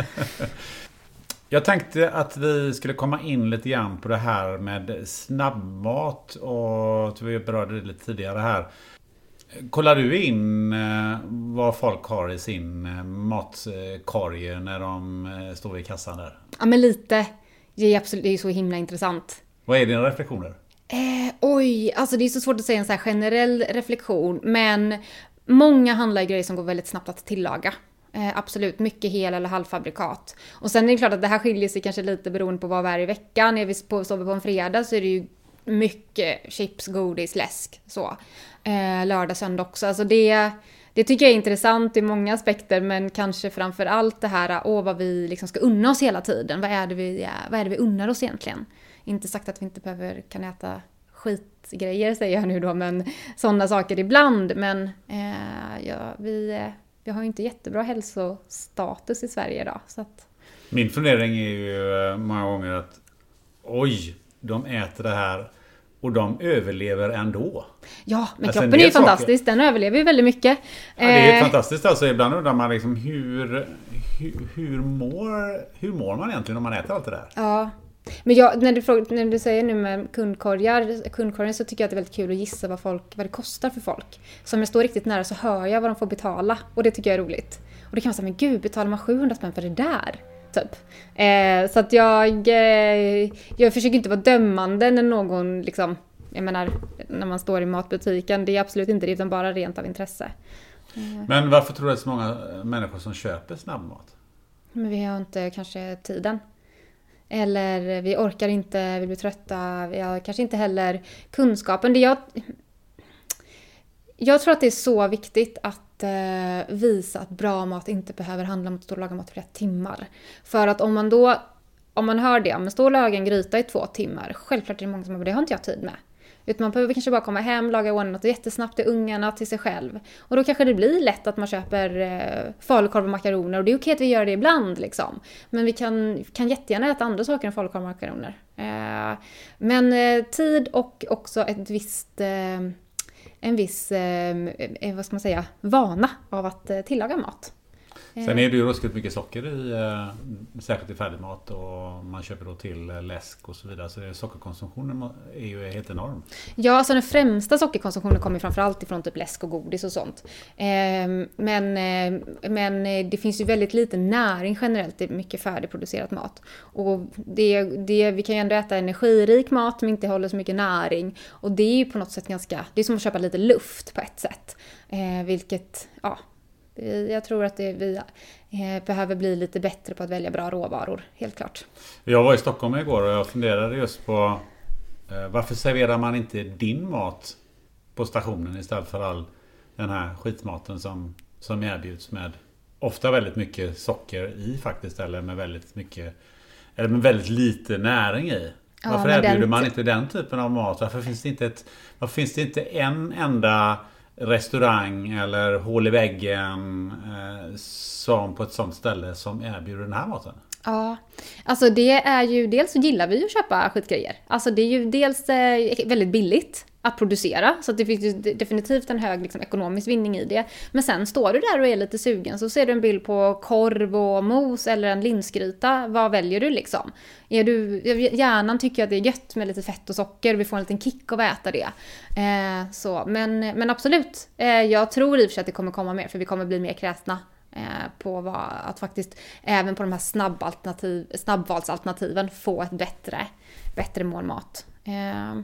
Jag tänkte att vi skulle komma in lite grann på det här med snabbmat. Och vi berörde det lite tidigare här. Kollar du in vad folk har i sin matkorg när de står i kassan där? Ja, men lite. Det är absolut, det är så himla intressant. Vad är dina reflektioner? Eh, oj, alltså det är så svårt att säga en så här generell reflektion, men många handlar i grejer som går väldigt snabbt att tillaga. Eh, absolut, mycket hel- eller halvfabrikat. Och sen är det klart att det här skiljer sig kanske lite beroende på vad vi är i veckan. Är vi på, sover på en fredag så är det ju mycket chips, godis, läsk. Så. Eh, lördag, söndag också. Alltså det, det tycker jag är intressant i många aspekter, men kanske framför allt det här, åh, vad vi liksom ska unna oss hela tiden. Vad är det vi, vad är det vi unnar oss egentligen? Inte sagt att vi inte behöver, kan äta skitgrejer, säger jag nu då, men sådana saker ibland. Men eh, ja, vi, vi har ju inte jättebra hälsostatus i Sverige idag. Så att... Min fundering är ju många gånger att oj, de äter det här och de överlever ändå. Ja, men alltså, kroppen är ju fantastisk. Den överlever ju väldigt mycket. Ja, det är ju fantastiskt. Alltså, ibland undrar man liksom hur, hur, hur, mår, hur mår man egentligen om man äter allt det där? Ja. Men jag, när, du frågar, när du säger nu med kundkorgar, kundkorgen, så tycker jag att det är väldigt kul att gissa vad, folk, vad det kostar för folk. Så om jag står riktigt nära så hör jag vad de får betala. Och det tycker jag är roligt. Och det kan man säga, men gud, betalar man sjuhundra spänn för det där? Typ. Eh, så att jag, eh, jag försöker inte vara dömande när någon, liksom, jag menar, när man står i matbutiken. Det är absolut inte det, utan bara rent av intresse. Eh. Men varför tror du att det är så många människor som köper snabbmat? Men vi har inte kanske tiden. Eller vi orkar inte, vi blir trötta. Vi har kanske inte heller kunskapen. Det jag, jag tror att det är så viktigt att eh, visa att bra mat inte behöver handla om att stå och laga mat i flera timmar. För att om man då, om man hör det, om man står och lagar en gryta i två timmar, självklart är det många som har det har inte jag tid med. Utan man behöver kanske bara komma hem, laga ordning något jättesnabbt till ungarna, till sig själv. Och då kanske det blir lätt att man köper eh, falukorv och makaroner. Och det är okej att vi gör det ibland liksom. Men vi kan, kan jättegärna äta andra saker än falukorv och makaroner. Eh, men eh, tid och också ett visst, eh, en viss, eh, vad ska man säga, vana av att eh, tillaga mat. Sen är det ju ruskigt mycket socker i, eh, särskilt i färdigmat, och man köper då till läsk och så vidare, så sockerkonsumtionen är ju helt enorm. Ja, alltså den främsta sockerkonsumtionen kommer framförallt ifrån typ läsk och godis och sånt. Eh, men, eh, men det finns ju väldigt lite näring generellt i mycket färdigproducerat mat. Och det, det, vi kan ju ändå äta energirik mat som inte håller så mycket näring. Och det är ju på något sätt ganska, det är som att köpa lite luft på ett sätt. Eh, vilket, ja... Jag tror att det, vi eh, behöver bli lite bättre på att välja bra råvaror, helt klart. Jag var i Stockholm igår och jag funderade just på eh, varför serverar man inte din mat på stationen istället för all den här skitmaten som, som erbjuds med ofta väldigt mycket socker i faktiskt, eller med väldigt mycket, eller med väldigt lite näring i. Ja, varför erbjuder den... man inte den typen av mat? Varför finns det inte, ett, varför finns det inte en enda restaurang eller hål i väggen eh, som på ett sånt ställe som erbjuder den här maten? Ja, alltså det är ju, dels så gillar vi ju att köpa skitgrejer. Alltså det är ju dels eh, väldigt billigt. att producera, så att det finns definitivt en hög liksom, ekonomisk vinning i det. Men sen står du där och är lite sugen, så ser du en bild på korv och mos eller en linsgryta. Vad väljer du liksom? Är du, hjärnan tycker att det är gött med lite fett och socker, vi får en liten kick av att äta det. Eh, så, men, men absolut, eh, jag tror i och för sig att det kommer komma mer, för vi kommer bli mer kräsna eh, på vad, att faktiskt även på de här snabbalternativ, snabbvalsalternativen få ett bättre, bättre målmat. Eh,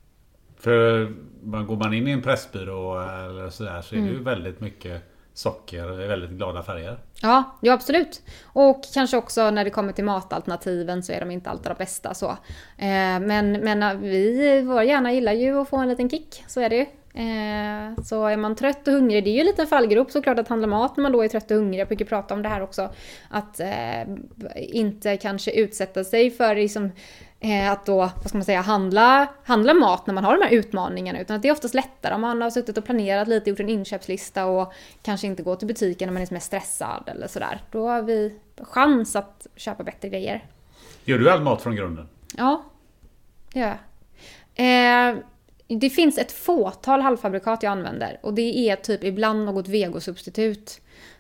För man går man in i en pressbyrå eller sådär så är det mm. ju väldigt mycket socker och väldigt glada färger. Ja, ja, absolut. Och kanske också när det kommer till matalternativen så är de inte alltid de bästa. Så. Eh, men, men vi, våra hjärna gillar ju att få en liten kick, så är det ju. Eh, så är man trött och hungrig, det är ju en liten fallgrop såklart att handla mat när man då är trött och hungrig. Jag brukar prata om det här också. Att eh, inte kanske utsätta sig för liksom, eh, att då, vad ska man säga, handla, handla mat när man har de här utmaningarna. Utan att det är oftast lättare om man har suttit och planerat lite, gjort en inköpslista och kanske inte går till butiken när man är som är stressad eller sådär. Då har vi chans att köpa bättre grejer. Gör du all mat från grunden? Ja, det gör jag. Eh, Det finns ett fåtal halvfabrikat jag använder. Och det är typ ibland något vegosubstitut.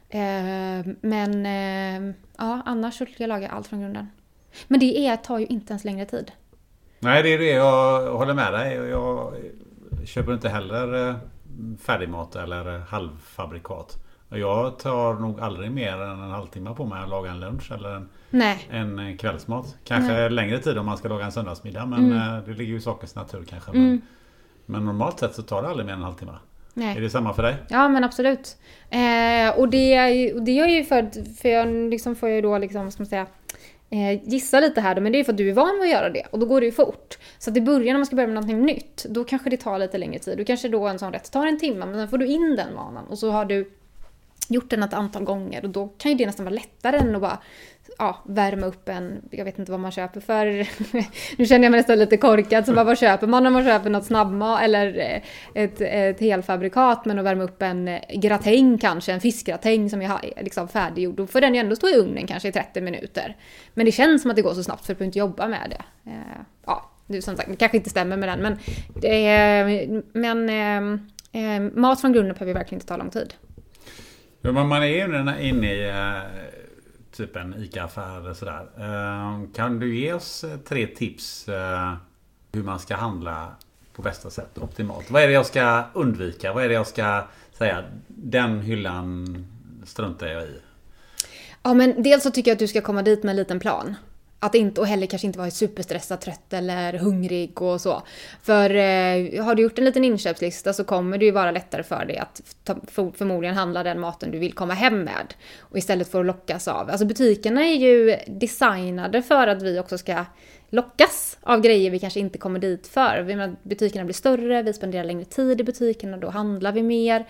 Eh, men eh, ja, annars skulle jag laga allt från grunden. Men det är, tar ju inte ens längre tid. Nej, det är det. Jag håller med dig. Jag köper inte heller färdigmat eller halvfabrikat. Jag tar nog aldrig mer än en halvtimme på mig att laga en lunch eller en, Nej. en kvällsmat. Kanske Nej. längre tid om man ska laga en söndagsmiddag. Men mm. det ligger ju i sakens natur kanske. Men, mm. men normalt sett så tar det aldrig mer än en halvtimme. Nej. Är det samma för dig? Ja, men absolut. Eh, och det, och det gör ju för, för jag liksom får ju då liksom, ska man säga, eh, gissa lite här då, men det är för att du är van vid att göra det. Och då går det ju fort. Så att i början när man ska börja med någonting nytt, då kanske det tar lite längre tid. Då kanske då en sån rätt tar en timme, men sen får du in den vanan. Och så har du gjort den ett antal gånger och då kan ju det nästan vara lättare än att bara ja, värma upp en, jag vet inte vad man köper för, nu känner jag mig nästan lite korkad, så bara vad köper man när man köper något snabbmat eller ett, ett helfabrikat, men att värma upp en gratäng kanske, en fiskgratäng som är liksom färdiggjord, då får den ju ändå stå i ugnen kanske i trettio minuter, men det känns som att det går så snabbt för att du inte jobba med det. Ja, det, som sagt, det kanske inte stämmer med den, men, det är, men äh, mat från grunden behöver verkligen inte ta lång tid. Ja, men man är ju inne i uh, typ en ICA-affär eller sådär. Uh, kan du ge oss tre tips uh, hur man ska handla på bästa sätt optimalt? Vad är det jag ska undvika? Vad är det jag ska säga? Den hyllan struntar jag i. Ja, men dels så tycker jag att du ska komma dit med en liten plan. Att inte, och heller kanske inte vara superstressad, trött eller hungrig och så. För eh, har du gjort en liten inköpslista så kommer det ju vara lättare för dig att ta, för, förmodligen handla den maten du vill komma hem med. Och istället för att lockas av. Alltså butikerna är ju designade för att vi också ska lockas av grejer vi kanske inte kommer dit för. Vi menar, butikerna blir större, vi spenderar längre tid i butikerna, då handlar vi mer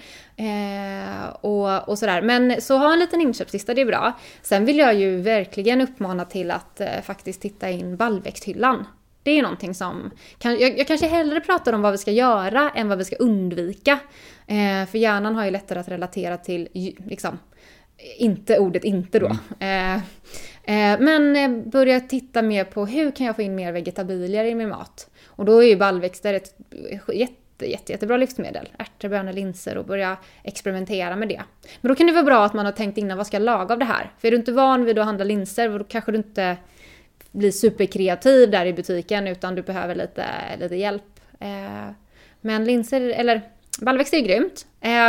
eh, och, och sådär. Men så ha en liten inköpslista, det är bra. Sen vill jag ju verkligen uppmana till att eh, faktiskt titta in baljväxthyllan. Det är ju någonting som, kan, jag, jag kanske hellre pratar om vad vi ska göra än vad vi ska undvika. Eh, för hjärnan har ju lättare att relatera till, liksom, inte ordet inte då. Mm. Eh, Men börja titta mer på hur kan jag få in mer vegetabilier i min mat. Och då är ju baljväxter ett jätte, jätte, jättebra livsmedel. Ärtor, bönor, linser, och börja experimentera med det. Men då kan det vara bra att man har tänkt innan, vad ska jag laga av det här? För är du inte van vid att handla linser, då kanske du inte blir superkreativ där i butiken, utan du behöver lite, lite hjälp. Men linser, eller baljväxter är grymt.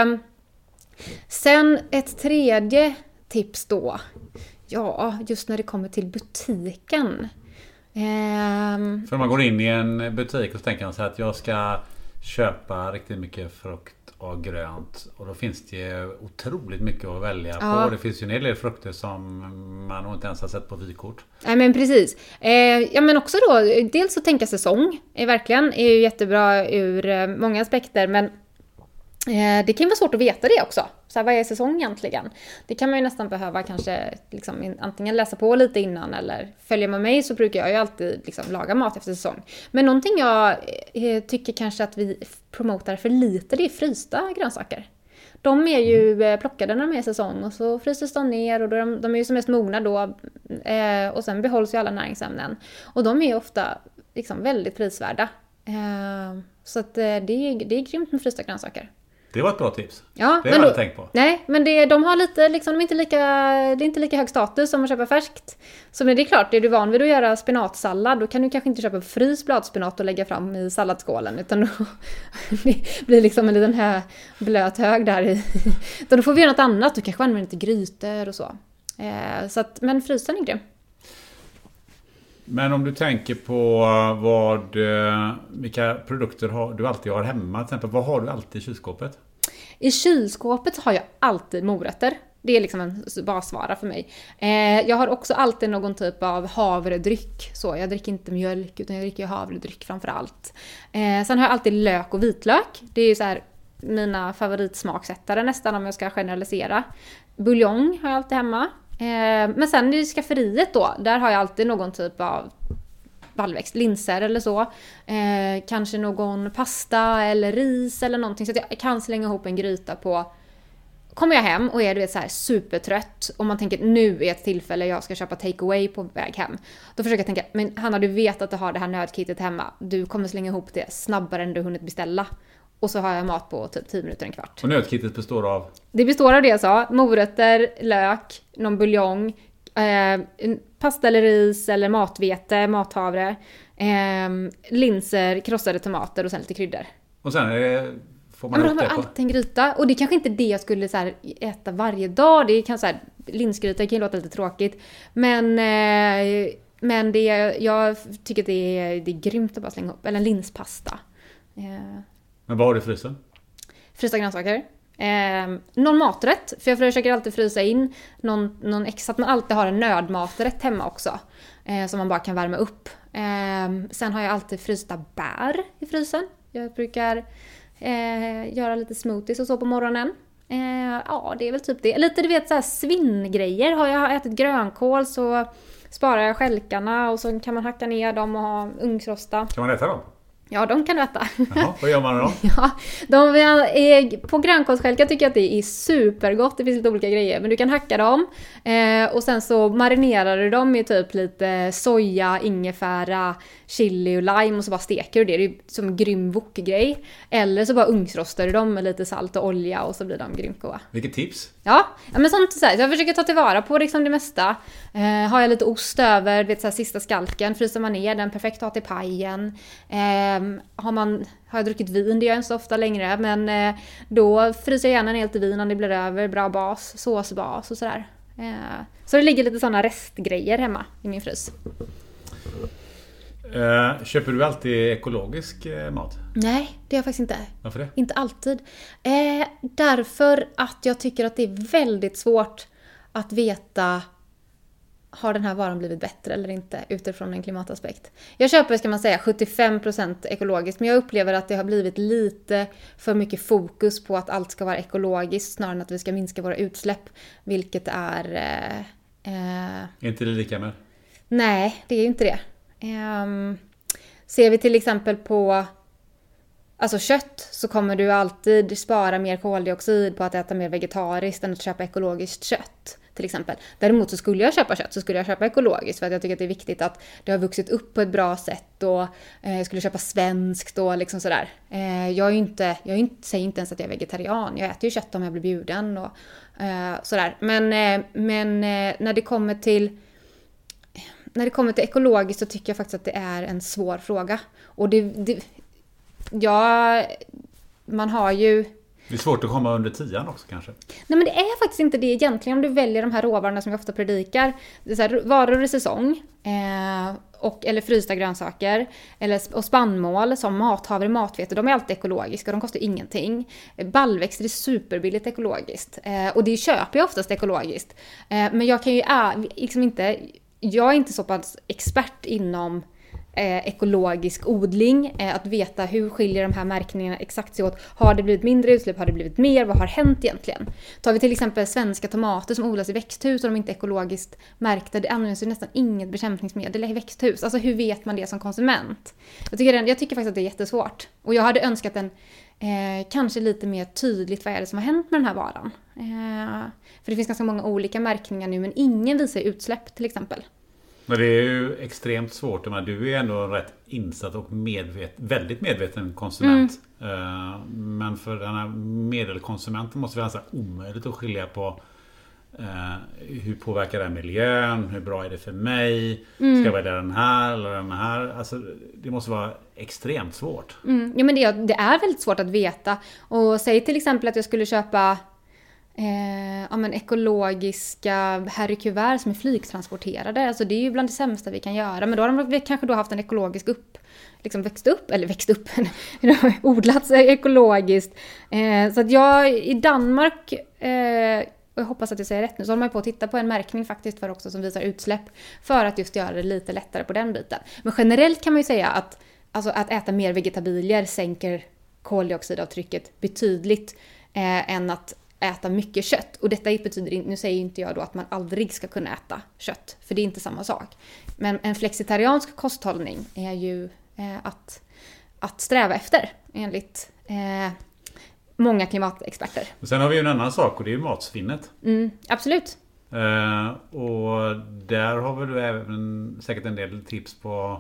Sen ett tredje tips då. Ja, just när det kommer till butiken. Ehm... För man går in i en butik och så tänker man så här att jag ska köpa riktigt mycket frukt och grönt. Och då finns det otroligt mycket att välja ja. på. Det finns ju en hel del frukter som man nog inte ens har sett på vykort. Nej, men precis. Ehm, ja, men också då, dels att tänka säsong är verkligen är ju jättebra ur många aspekter, men det kan vara svårt att veta det också. Så här, vad är säsong egentligen? Det kan man ju nästan behöva kanske liksom, antingen läsa på lite innan, eller följa med mig så brukar jag ju alltid liksom, laga mat efter säsong. Men någonting jag eh, tycker kanske att vi promotar för lite, det är frysta grönsaker. De är ju eh, plockade när de är säsong och så fryses de ner, och då är de, de är ju som mest mogna då, eh, och sen behålls ju alla näringsämnen. Och de är ju ofta liksom, väldigt prisvärda. Eh, så att, det, är, det är grymt med frysta grönsaker. Det var ett bra tips. Ja, det har jag tänkt på. Nej, men det, de har lite, liksom, de är inte lika, det är inte lika hög status som att köpa färskt. Så men det är klart, är du van vid att göra spenatsallad, då kan du kanske inte köpa frys bladspenat och lägga fram i salladsskålen. Utan då det blir liksom en liten hö, blöt hög där i. Utan då får vi göra något annat, du kanske använder lite grytor och så. Eh, så att, men frysen är grym. Men om du tänker på vad, vilka produkter har, du alltid har hemma, till exempel, vad har du alltid i kylskåpet? I kylskåpet har jag alltid morötter. Det är liksom en basvara för mig. Eh, jag har också alltid någon typ av havredryck. Så jag dricker inte mjölk utan jag dricker havredryck framför allt. Eh, sen har jag alltid lök och vitlök. Det är ju så här mina favoritsmaksättare nästan om jag ska generalisera. Buljong har jag alltid hemma. Eh, men sen i skafferiet då, där har jag alltid någon typ av baljväxt, linser eller så. Eh, kanske någon pasta eller ris eller någonting. Så att jag kan slänga ihop en gryta på. Kommer jag hem och är du vet, så här supertrött och man tänker nu är ett tillfälle jag ska köpa takeaway på väg hem. Då försöker jag tänka, men Hanna, du vet att du har det här nödkittet hemma. Du kommer slänga ihop det snabbare än du hunnit beställa. Och så har jag mat på typ tio minuter, en kvart. Och nödkittet består av? Det består av det jag sa. Morötter, lök, någon buljong, eh, pasta eller ris eller matvete, mathavre, eh, linser, krossade tomater och sen lite kryddor. Och sen är det, får man ja, upp det på? Alltid en gryta. Och det är kanske inte det jag skulle så här, äta varje dag. Det är kanske så här, linsgryta kan ju låta lite tråkigt. Men, eh, men det, jag tycker att det är, det är grymt att bara slänga upp. Eller en linspasta. Eh, Men vad har du i frysen? Frysta grönsaker. Eh, någon maträtt. För jag försöker alltid frysa in någon, någon extra. Att man alltid har en nödmaträtt hemma också. Eh, som man bara kan värma upp. Eh, sen har jag alltid frysta bär i frysen. Jag brukar eh, göra lite smoothies och så på morgonen. Eh, ja, det är väl typ det. Lite du vet så här svinngrejer. Har jag ätit grönkål så sparar jag skälkarna. Och så kan man hacka ner dem och ha ugnsrosta. Kan man äta dem? Ja, de kan du äta. Jaha, vad gör man då? Ja, de är, på grönkålsskälkar tycker jag att det är supergott. Det finns lite olika grejer. Men du kan hacka dem. Eh, och sen så marinerar du dem i typ lite soja, ingefära, chili och lime. Och så bara steker du det. Det är som en grym wok-grej. Eller så bara ugnsrostar du dem med lite salt och olja. Och så blir de grymt goda. Vilket tips? Ja, ja men sånt så här. Så jag försöker ta tillvara på liksom det mesta. Eh, har jag lite ost över, vet så här, sista skalken. Fryser man ner den perfekt att ha till pajen. Eh, Har, man, har jag druckit vin, det gör jag inte så ofta längre. Men eh, då fryser jag gärna ner lite vin om det blir över. Bra bas, såsbas och sådär. Eh, så det ligger lite sådana restgrejer hemma i min frys. Eh, köper du alltid ekologisk eh, mat? Nej, det gör jag faktiskt inte. Varför det? Inte alltid. Eh, därför att jag tycker att det är väldigt svårt att veta... Har den här varan blivit bättre eller inte utifrån en klimataspekt? Jag köper, ska man säga, sjuttiofem procent ekologiskt. Men jag upplever att det har blivit lite för mycket fokus på att allt ska vara ekologiskt snarare än att vi ska minska våra utsläpp. Vilket är... Eh, eh, är inte det lika med? Nej, det är ju inte det. Eh, ser vi till exempel på alltså kött så kommer du alltid spara mer koldioxid på att äta mer vegetariskt än att köpa ekologiskt kött. Till exempel. Däremot så skulle jag köpa kött så skulle jag köpa ekologiskt för att jag tycker att det är viktigt att det har vuxit upp på ett bra sätt och eh, jag skulle köpa svenskt och liksom sådär. Eh, jag är ju inte, jag är inte, säger inte ens att jag är vegetarian. Jag äter ju kött om jag blir bjuden och eh, sådär. Men, eh, men eh, när det kommer till när det kommer till ekologiskt så tycker jag faktiskt att det är en svår fråga. Och det, det ja, man har ju det är svårt att komma under tian också kanske. Nej, men det är faktiskt inte det egentligen om du väljer de här råvarorna som jag ofta predikar. Det är så här, varor i säsong eh, och, eller frysta grönsaker eller, och spannmål som mathavre, matvete. De är alltid ekologiska och de kostar ingenting. Baljväxter är superbilligt ekologiskt eh, och det köper jag oftast ekologiskt. Eh, men jag kan ju äh, liksom inte, jag är inte så pass expert inom Eh, ekologisk odling, eh, att veta hur skiljer de här märkningarna exakt sig åt. Har det blivit mindre utsläpp? Har det blivit mer? Vad har hänt egentligen? Tar vi till exempel svenska tomater som odlas i växthus och de inte är ekologiskt märkta, det används ju nästan inget bekämpningsmedel i växthus. Alltså hur vet man det som konsument? Jag tycker, jag tycker faktiskt att det är jättesvårt. Och jag hade önskat en eh, kanske lite mer tydligt vad är det som har hänt med den här varan. Eh, för det finns ganska många olika märkningar nu men ingen visar utsläpp till exempel. Men det är ju extremt svårt. Men du är ändå rätt insatt och medvet, väldigt medveten konsument. Mm. Men för den här medelkonsumenten måste det vara omöjligt att skilja på Uh, hur påverkar det miljön, hur bra är det för mig, mm. ska jag välja den här eller den här, alltså det måste vara extremt svårt. Mm. Ja, men det, det är väldigt svårt att veta. Och säg till exempel att jag skulle köpa eh, ja, men ekologiska herrikuvert som är flygtransporterade, alltså det är ju bland det sämsta vi kan göra, men då har de kanske då haft en ekologisk upp liksom växt upp, eller växt upp odlats ekologiskt, eh, så att jag i Danmark eh, och jag hoppas att jag säger rätt nu, så håller man på att titta på en märkning faktiskt för också som visar utsläpp för att just göra det lite lättare på den biten. Men generellt kan man ju säga att, alltså att äta mer vegetabilier sänker koldioxidavtrycket betydligt eh, än att äta mycket kött. Och detta betyder, nu säger inte jag då att man aldrig ska kunna äta kött, för det är inte samma sak. Men en flexitariansk kosthållning är ju eh, att, att sträva efter enligt eh, många klimatexperter. Och sen har vi ju en annan sak och det är ju matsvinnet. Mm, absolut. Uh, och där har väl du även säkert en del tips på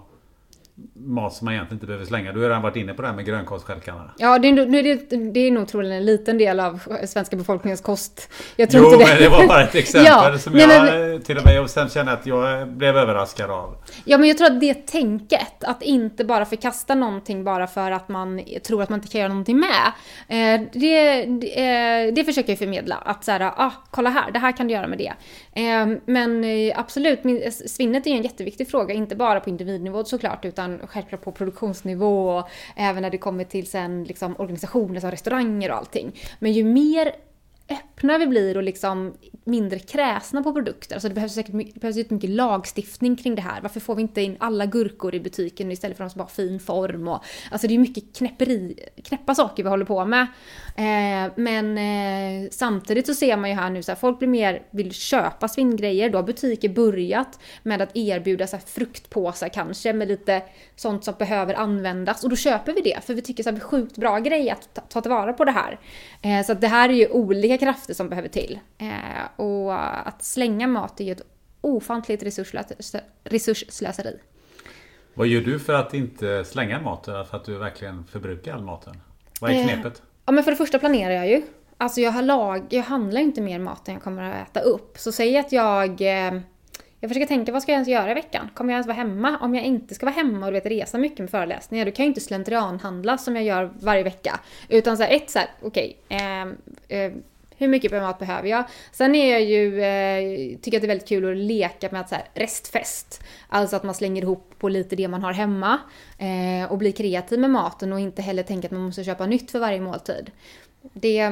mat som man egentligen inte behöver slänga. Du har redan varit inne på det här med grönkålsstjälkarna. Ja, det är, nu är det, det är nog troligen en liten del av svenska befolkningens kost. Jag tror jo, inte det. Men det var bara ett exempel ja, som nej, jag men, till och med och sen kände att jag blev överraskad av. Ja, men jag tror att det tänket, att inte bara förkasta någonting bara för att man tror att man inte kan göra någonting med. Eh, det, det, det försöker jag förmedla. Att så här, ah, kolla här, det här kan du göra med det. Eh, men absolut, svinnet är en jätteviktig fråga. Inte bara på individnivå såklart, utan självklart på produktionsnivå och även när det kommer till sen liksom organisationer som restauranger och allting. Men ju mer öppna vi blir och liksom mindre kräsna på produkter. Alltså det behövs säkert mycket, det behövs mycket lagstiftning kring det här. Varför får vi inte in alla gurkor i butiken istället för att de bara fin form? Och, alltså det är mycket knäpperi, knäppa saker vi håller på med. Eh, men eh, samtidigt så ser man ju här nu så här, folk blir mer, vill köpa svinngrejer. Då har butiker börjat med att erbjuda så här fruktpåsar kanske med lite sånt som behöver användas. Och då köper vi det för vi tycker så här, det är sjukt bra grej att ta, ta tillvara på det här. Eh, så att det här är ju olika krafter som behöver till. Eh, och att slänga mat är ju ett ofantligt resurslös- resursslöseri. Vad gör du för att inte slänga mat? För att du verkligen förbrukar all maten? Vad är knepet? Eh, ja, men för det första planerar jag ju. Alltså jag, har lag, jag handlar inte mer mat än jag kommer att äta upp. Så säg att jag... Eh, jag försöker tänka, vad ska jag ens göra i veckan? Kommer jag ens vara hemma? Om jag inte ska vara hemma och du vet, resa mycket med föreläsningar, då kan jag inte slentrianhandla som jag gör varje vecka. Utan så här, ett så här, okej... Okay, eh, eh, hur mycket mat behöver jag? Sen är jag ju, eh, tycker att det är väldigt kul att leka med att så här, restfest. Alltså att man slänger ihop på lite det man har hemma. Eh, och blir kreativ med maten och inte heller tänka att man måste köpa nytt för varje måltid. Det,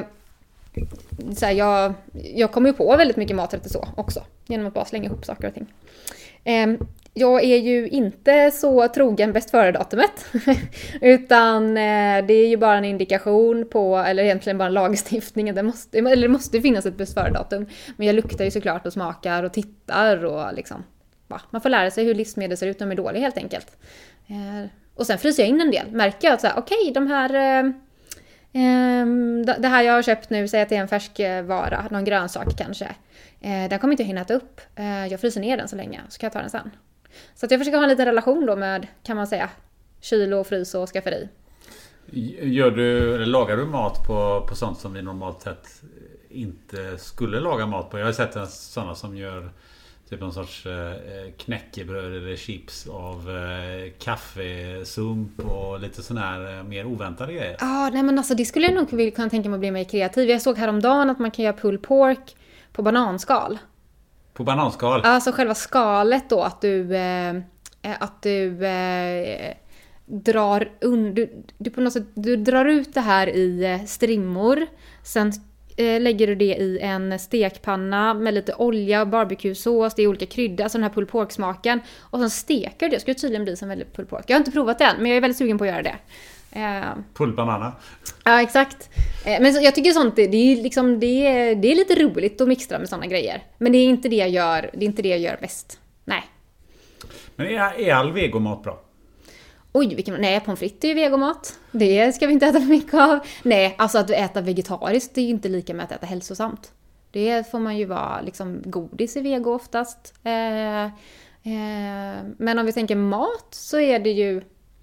så här, jag, jag kommer ju på väldigt mycket maträtter så också. Genom att bara slänga ihop saker och ting. Eh, Jag är ju inte så trogen bäst före-datumet, utan eh, det är ju bara en indikation på, eller egentligen bara en lagstiftning, det måste, eller det måste finnas ett bäst före-datum. Men jag luktar ju såklart och smakar och tittar och liksom, va, man får lära sig hur livsmedel ser ut när de är dåliga helt enkelt. Eh, och sen fryser jag in en del, märker jag att så här, okej, okay, de här... Eh, eh, det här jag har köpt nu, säg att det är en färsk vara, någon grönsak kanske. Eh, den kommer inte att hinna äta upp. Eh, jag fryser ner den så länge, så kan jag ta den sen. Så att jag försöker ha en liten relation då med, kan man säga, kyl och frys och skafferi. Gör du, eller lagar du mat på, på sånt som vi normalt sett inte skulle laga mat på? Jag har sett sådana som gör typ någon sorts eh, knäckebröd eller chips av eh, kaffesump och lite sån här eh, mer oväntade grejer. Ja, ah, nej men alltså det skulle jag nog vilja kunna tänka mig att bli mer kreativ. Jag såg häromdagen att man kan göra pulled pork på bananskal. På bananskal? Alltså själva skalet då, att du, eh, att du eh, drar un, du, du på något sätt, du drar ut det här i strimmor. Sen eh, lägger du det i en stekpanna med lite olja, barbecue-sås, det är olika kryddor, alltså den här pulled pork-smaken. Och sen steker du det, skulle tydligen bli som väldigt pulled pork. Jag har inte provat det än, men jag är väldigt sugen på att göra det. Eh, Pulled banana. Ja, exakt. Eh, men så, jag tycker sånt, det, det, är liksom, det, är, det är lite roligt att mixtra med såna grejer. Men det är inte det jag gör, det är inte det jag gör bäst. Nej. Men är, är all vegomat bra? Oj, vilken, nej, pommes frites är ju vegomat. Det ska vi inte äta för mycket av. Nej, alltså att äta vegetariskt, det är ju inte lika med att äta hälsosamt. Det får man ju vara, liksom, godis är vego oftast. Eh, Eh, men om vi tänker mat så är det ju,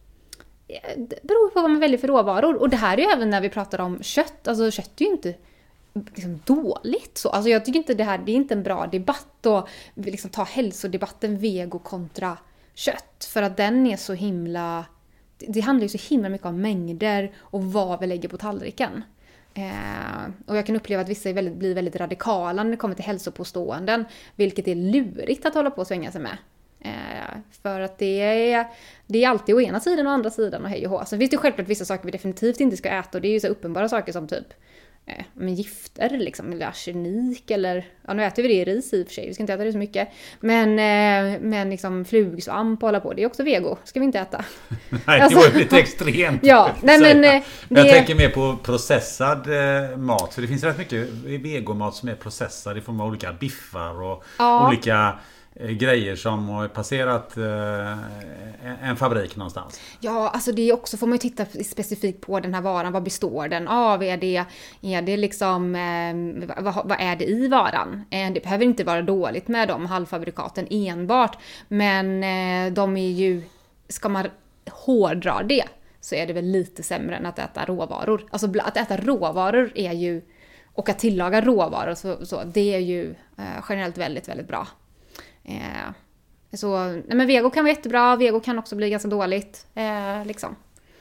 det beror på vad man väljer för råvaror. Och det här är ju även när vi pratar om kött. Alltså kött är ju inte liksom dåligt. Så. Alltså jag tycker inte det här, det är inte en bra debatt att liksom ta hälsodebatten vego kontra kött. För att den är så himla, det handlar ju så himla mycket om mängder och vad vi lägger på tallriken. Eh, och jag kan uppleva att vissa är väldigt, blir väldigt radikala när det kommer till hälsopåståenden, vilket är lurigt att hålla på och svänga sig med. Eh, för att det är, det är alltid å ena sidan och andra sidan och hej och hå. Sen finns det självklart vissa saker vi definitivt inte ska äta, och det är ju så uppenbara saker som typ eh, men gifter liksom, eller arsenik, eller ja, nu äter vi det i ris i och för sig, vi ska inte äta det så mycket, men, eh, men liksom flugsvamp och hålla på, det är också vego, ska vi inte äta. Nej, alltså, det var ju lite extremt. Ja, nej, men, eh, men jag det... tänker mer på processad eh, mat, för det finns rätt mycket vegomat som är processad i form av olika biffar och ja. olika grejer som har passerat eh, en fabrik någonstans. Ja, alltså det är också, får man ju titta specifikt på den här varan. Vad består den av? Är det, är det liksom, eh, vad, vad är det i varan? Eh, det behöver inte vara dåligt med de halvfabrikaten enbart. Men eh, de är ju, ska man hårdra det, så är det väl lite sämre än att äta råvaror. Alltså att äta råvaror är ju, och att tillaga råvaror, så, så det är ju eh, generellt väldigt, väldigt bra. Eh, så, nej men vego kan vara jättebra, vego kan också bli ganska dåligt eh, liksom.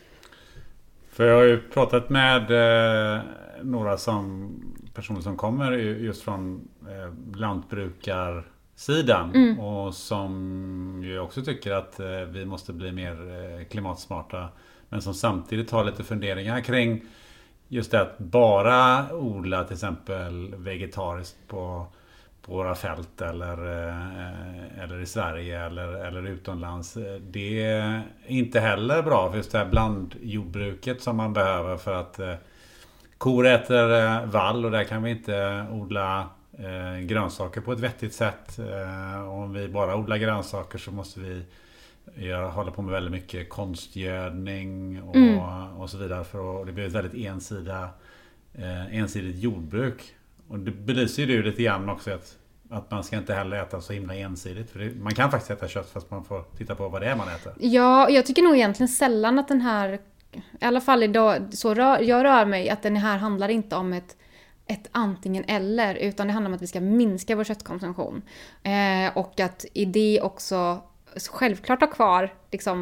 För jag har ju pratat med eh, några som personer som kommer just från eh, lantbrukarsidan mm. och som ju också tycker att eh, vi måste bli mer eh, klimatsmarta, men som samtidigt har lite funderingar kring just det att bara odla till exempel vegetariskt på våra fält eller, eh, eller i Sverige eller, eller utomlands. Det är inte heller bra för just det här blandjordbruket som man behöver, för att eh, kor äter eh, vall, och där kan vi inte odla eh, grönsaker på ett vettigt sätt. Eh, om vi bara odlar grönsaker så måste vi göra, hålla på med väldigt mycket konstgödning och, mm. och så vidare, för att, det blir ett väldigt ensida, eh, ensidigt jordbruk. Och det belyser ju du lite grann också, att, att man ska inte heller äta så himla ensidigt. För det, man kan faktiskt äta kött fast man får titta på vad det är man äter. Ja, jag tycker nog egentligen sällan att den här, i alla fall idag, så rör, jag rör mig, att den här handlar inte om ett, ett antingen eller, utan det handlar om att vi ska minska vår köttkonsumtion. Eh, och att i det också självklart ha kvar liksom,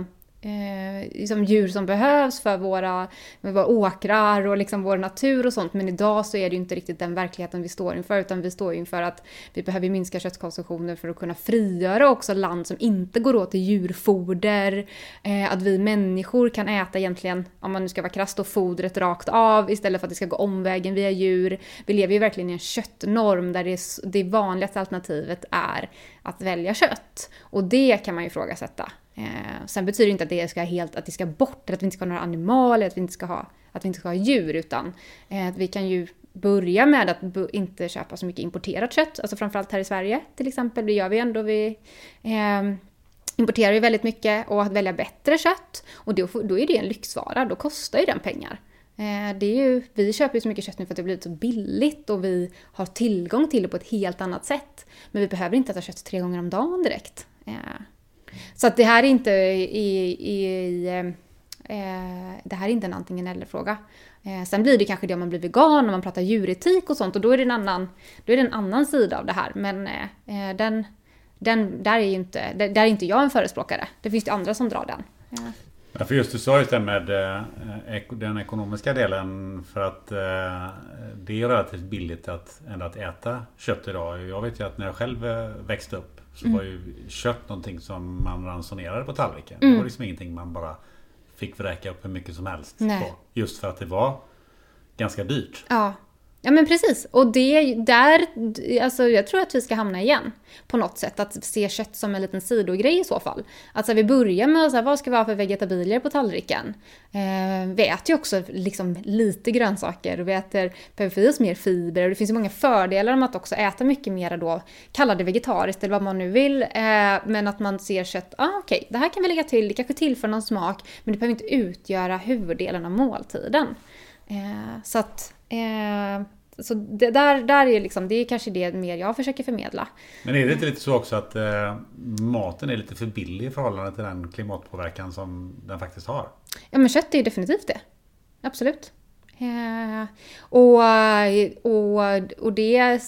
Eh, liksom djur som behövs för våra, våra åkrar och liksom vår natur och sånt. Men idag så är det ju inte riktigt den verkligheten vi står inför, utan vi står inför att vi behöver minska köttkonsumtionen för att kunna frigöra också land som inte går åt till djurfoder. Eh, att vi människor kan äta egentligen, om man nu ska vara krass då, fodret rakt av istället för att det ska gå omvägen via djur. Vi lever ju verkligen i en köttnorm där det, är, det vanligaste alternativet är att välja kött. Och det kan man ju ifrågasätta. Eh, sen betyder det inte att det ska helt, att det ska bort, att vi inte ska ha några animalier, att vi inte ska ha, att vi inte ska ha djur, utan eh, att vi kan ju börja med att b- inte köpa så mycket importerat kött, alltså framförallt här i Sverige till exempel, det gör vi ändå, vi eh, importerar ju väldigt mycket, och att välja bättre kött, och då, då är det en lyxvara, då kostar ju den pengar. Eh, det är ju, vi köper ju så mycket kött nu för att det har blivit så billigt och vi har tillgång till det på ett helt annat sätt, men vi behöver inte äta kött tre gånger om dagen direkt. Eh, Så att det här är inte i, i, i, eh, det här är inte en antingen eller fråga. Eh, sen blir det kanske det om man blir vegan och man pratar djuretik och sånt, och då är det en annan, då är det en annan sida av det här. Men eh, den, den, där, är ju inte, där, där är inte jag en förespråkare. Det finns ju andra som drar den. Ja. Ja, för just du sa just det med eh, den ekonomiska delen, för att eh, det är relativt billigt att, ändå att äta kött idag. Jag vet ju att när jag själv växte upp så mm. var ju kött någonting som man ransonerade på tallriken. Mm. Det var liksom ingenting man bara fick vräka upp hur mycket som helst Nej. på. Just för att det var ganska dyrt. Ja. Ja men precis, och det där, alltså jag tror att vi ska hamna igen på något sätt, att se kött som en liten sidogrej i så fall. Alltså vi börjar med så här, vad ska vi ha för vegetabilier på tallriken? Eh, vi äter ju också liksom lite grönsaker, och vi äter, behöver vi oss mer fiber, och det finns ju många fördelar med att också äta mycket mer då, kalla det vegetariskt eller vad man nu vill, eh, men att man ser kött, ah okej, okay, det här kan vi lägga till, det kanske tillför någon smak, men det behöver inte utgöra huvuddelen av måltiden. Eh, så att Eh, så det, där, där är liksom, det är kanske det mer jag försöker förmedla. Men är det inte lite så också att eh, maten är lite för billig i förhållande till den klimatpåverkan som den faktiskt har? Ja, men kött är ju definitivt det. Absolut. Eh, och, och, och, det,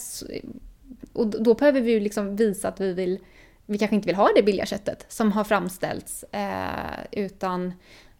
och då behöver vi ju liksom visa att vi vill, vi kanske inte vill ha det billiga köttet som har framställts, eh, utan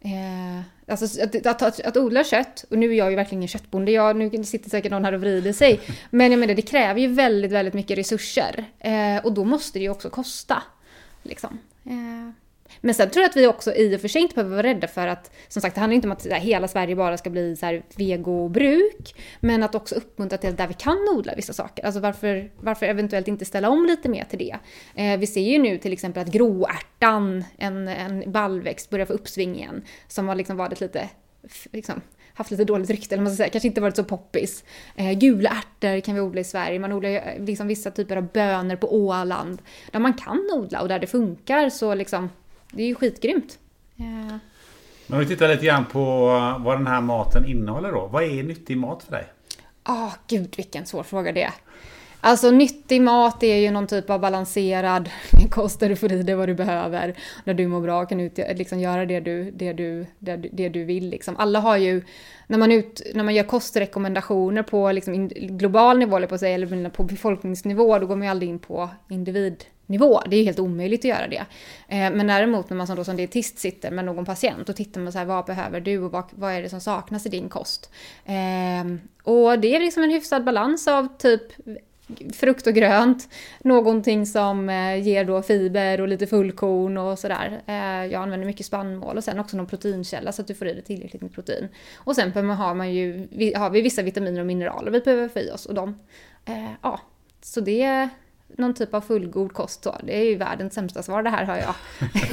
Eh, alltså att, att, att, att odla kött, och nu är jag ju verkligen ingen köttbonde, jag, nu sitter säkert någon här och vrider sig, men jag menar, det kräver ju väldigt, väldigt mycket resurser, eh, och då måste det ju också kosta liksom. eh. Men sen tror jag att vi också i och för sig inte behöver vara rädda för att, som sagt, det handlar inte om att här, hela Sverige bara ska bli så här vegobruk, men att också uppmuntra till där vi kan odla vissa saker. Alltså varför, varför eventuellt inte ställa om lite mer till det. Eh, vi ser ju nu till exempel att gråärtan, en, en baljväxt, börjar få uppsving igen, som har liksom varit lite, liksom, haft lite dåligt rykte, eller man ska säga, kanske inte varit så poppis. Eh, gula ärtor kan vi odla i Sverige. Man odlar ju liksom vissa typer av bönor på Åland, där man kan odla och där det funkar, så liksom det är ju skitgrymt. Ja. Men om vi tittar lite grann på vad den här maten innehåller då. Vad är nyttig mat för dig? Åh, oh, gud vilken svår fråga det är. Alltså nyttig mat är ju någon typ av balanserad kost där du får i dig vad du behöver. Där du mår bra, kan ut, liksom göra det du, det du, det, det du vill. Liksom. Alla har ju, när man, ut, när man gör kostrekommendationer på liksom global nivå på sig, eller på befolkningsnivå, då går man ju aldrig in på individnivå. Det är ju helt omöjligt att göra det. Eh, men däremot när man som, då, som dietist sitter med någon patient, och tittar man så här, vad behöver du och vad, vad är det som saknas i din kost? Eh, och det är liksom en hyfsad balans av typ frukt och grönt, någonting som eh, ger då fiber och lite fullkorn och sådär. Eh, jag använder mycket spannmål, och sen också någon proteinkälla så att du får i dig tillräckligt med protein. Och sen behöver man, har, man ju, vi, har vi vissa vitaminer och mineraler vi behöver få i oss, och de, eh, ja, så det är någon typ av fullgod kost då. Det är ju världens sämsta svar det här, har jag.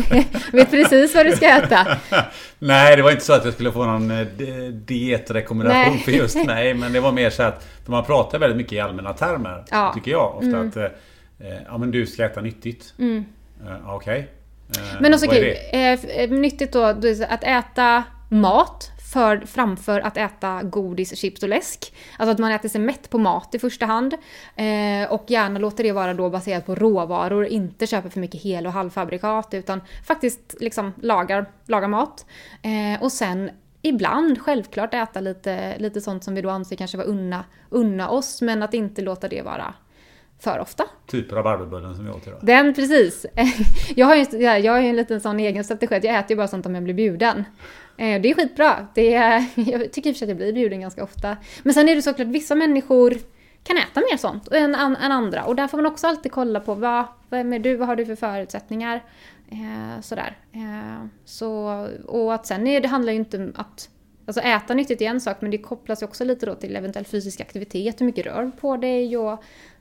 Vet precis vad du ska äta. Nej, det var inte så att jag skulle få någon dietrekommendation Nej. för just mig, men det var mer så att man pratar väldigt mycket i allmänna termer, ja. tycker jag ofta, mm. att eh, ja, men du ska äta nyttigt. Mm. Eh, Okej. Okay. Eh, men också okej, eh, nyttigt då, att äta mat för, framför att äta godis, chips och läsk. Alltså att man äter sig mätt på mat i första hand. Eh, och gärna låter det vara då baserat på råvaror. Inte köpa för mycket hel- och halvfabrikat. Utan faktiskt liksom lagar, lagar mat. Eh, och sen ibland självklart äta lite, lite sånt som vi då anser kanske vara unna, unna oss. Men att inte låta det vara för ofta. Typ rabarberbullen som jag åt idag. Den, precis. Jag har ju jag har ju en liten sån egen strategi. Jag äter ju bara sånt om jag blir bjuden. Det är skitbra. Det är, jag tycker i och för sig att jag blir bjuden ganska ofta. Men sen är det såklart, vissa människor kan äta mer sånt än, än andra. Och där får man också alltid kolla på vad, vad är med du, vad har du för förutsättningar. Eh, sådär. Eh, så, och att sen är det handlar ju inte om att alltså äta nyttigt är en sak, men det kopplas ju också lite då till eventuell fysisk aktivitet. Hur mycket rör på dig och,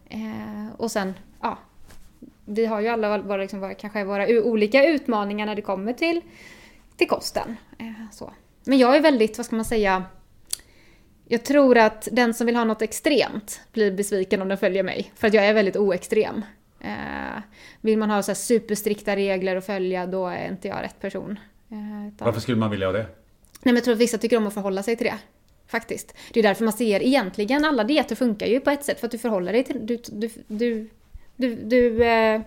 eh, och sen, ja. Vi har ju alla våra, liksom, våra, kanske våra olika utmaningar när det kommer till till kosten. Eh, så. Men jag är väldigt, vad ska man säga, jag tror att den som vill ha något extremt blir besviken om den följer mig. För att jag är väldigt oextrem. Eh, vill man ha så här superstrikta regler att följa, då är inte jag rätt person. Eh, utan... Varför skulle man vilja ha det? Nej, men jag tror att vissa tycker om att förhålla sig till det. Faktiskt. Det är därför man ser egentligen, alla dieter funkar ju på ett sätt. För att du förhåller dig till, du, du, du, du, du eh...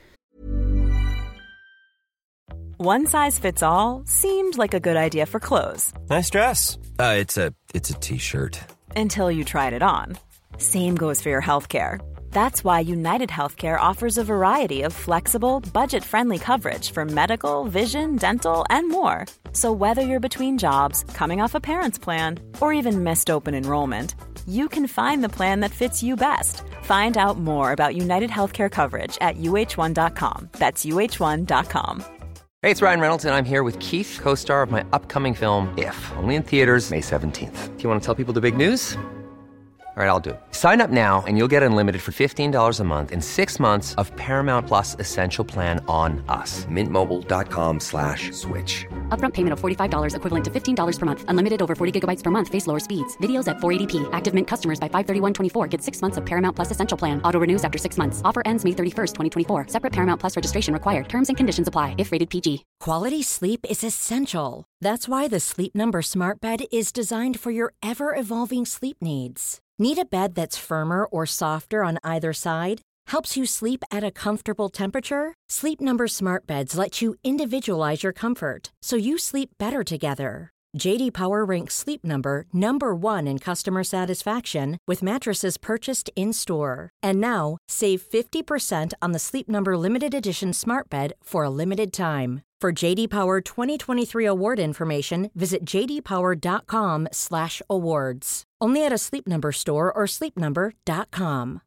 One size fits all seemed like a good idea for clothes. Nice dress. Uh, it's a it's a t-shirt. Until you tried it on. Same goes for your healthcare. That's why United Healthcare offers a variety of flexible, budget-friendly coverage for medical, vision, dental, and more. So whether you're between jobs, coming off a parent's plan, or even missed open enrollment, you can find the plan that fits you best. Find out more about United Healthcare coverage at U H one dot com. That's U H one dot com. Hey, it's Ryan Reynolds, and I'm here with Keith, co-star of my upcoming film, If, only in theaters May seventeenth. Do you want to tell people the big news? All right, I'll do it. Sign up now and you'll get unlimited for fifteen dollars a month and six months of Paramount Plus Essential Plan on us. Mint Mobile dot com slash switch. Upfront payment of forty-five dollars equivalent to fifteen dollars per month. Unlimited over forty gigabytes per month. Face lower speeds. Videos at four eighty p. Active Mint customers by five thirty-one twenty-four get six months of Paramount Plus Essential Plan. Auto renews after six months. Offer ends May thirty-first, twenty twenty-four. Separate Paramount Plus registration required. Terms and conditions apply if rated P G. Quality sleep is essential. That's why the Sleep Number Smart Bed is designed for your ever-evolving sleep needs. Need a bed that's firmer or softer on either side? Helps you sleep at a comfortable temperature? Sleep Number smart beds let you individualize your comfort, so you sleep better together. J D Power ranks Sleep Number number one in customer satisfaction with mattresses purchased in-store. And now, save fifty percent on the Sleep Number Limited Edition smart bed for a limited time. For J D Power twenty twenty-three award information, visit j d power dot com slash awards. Only at a Sleep Number store or sleep number dot com.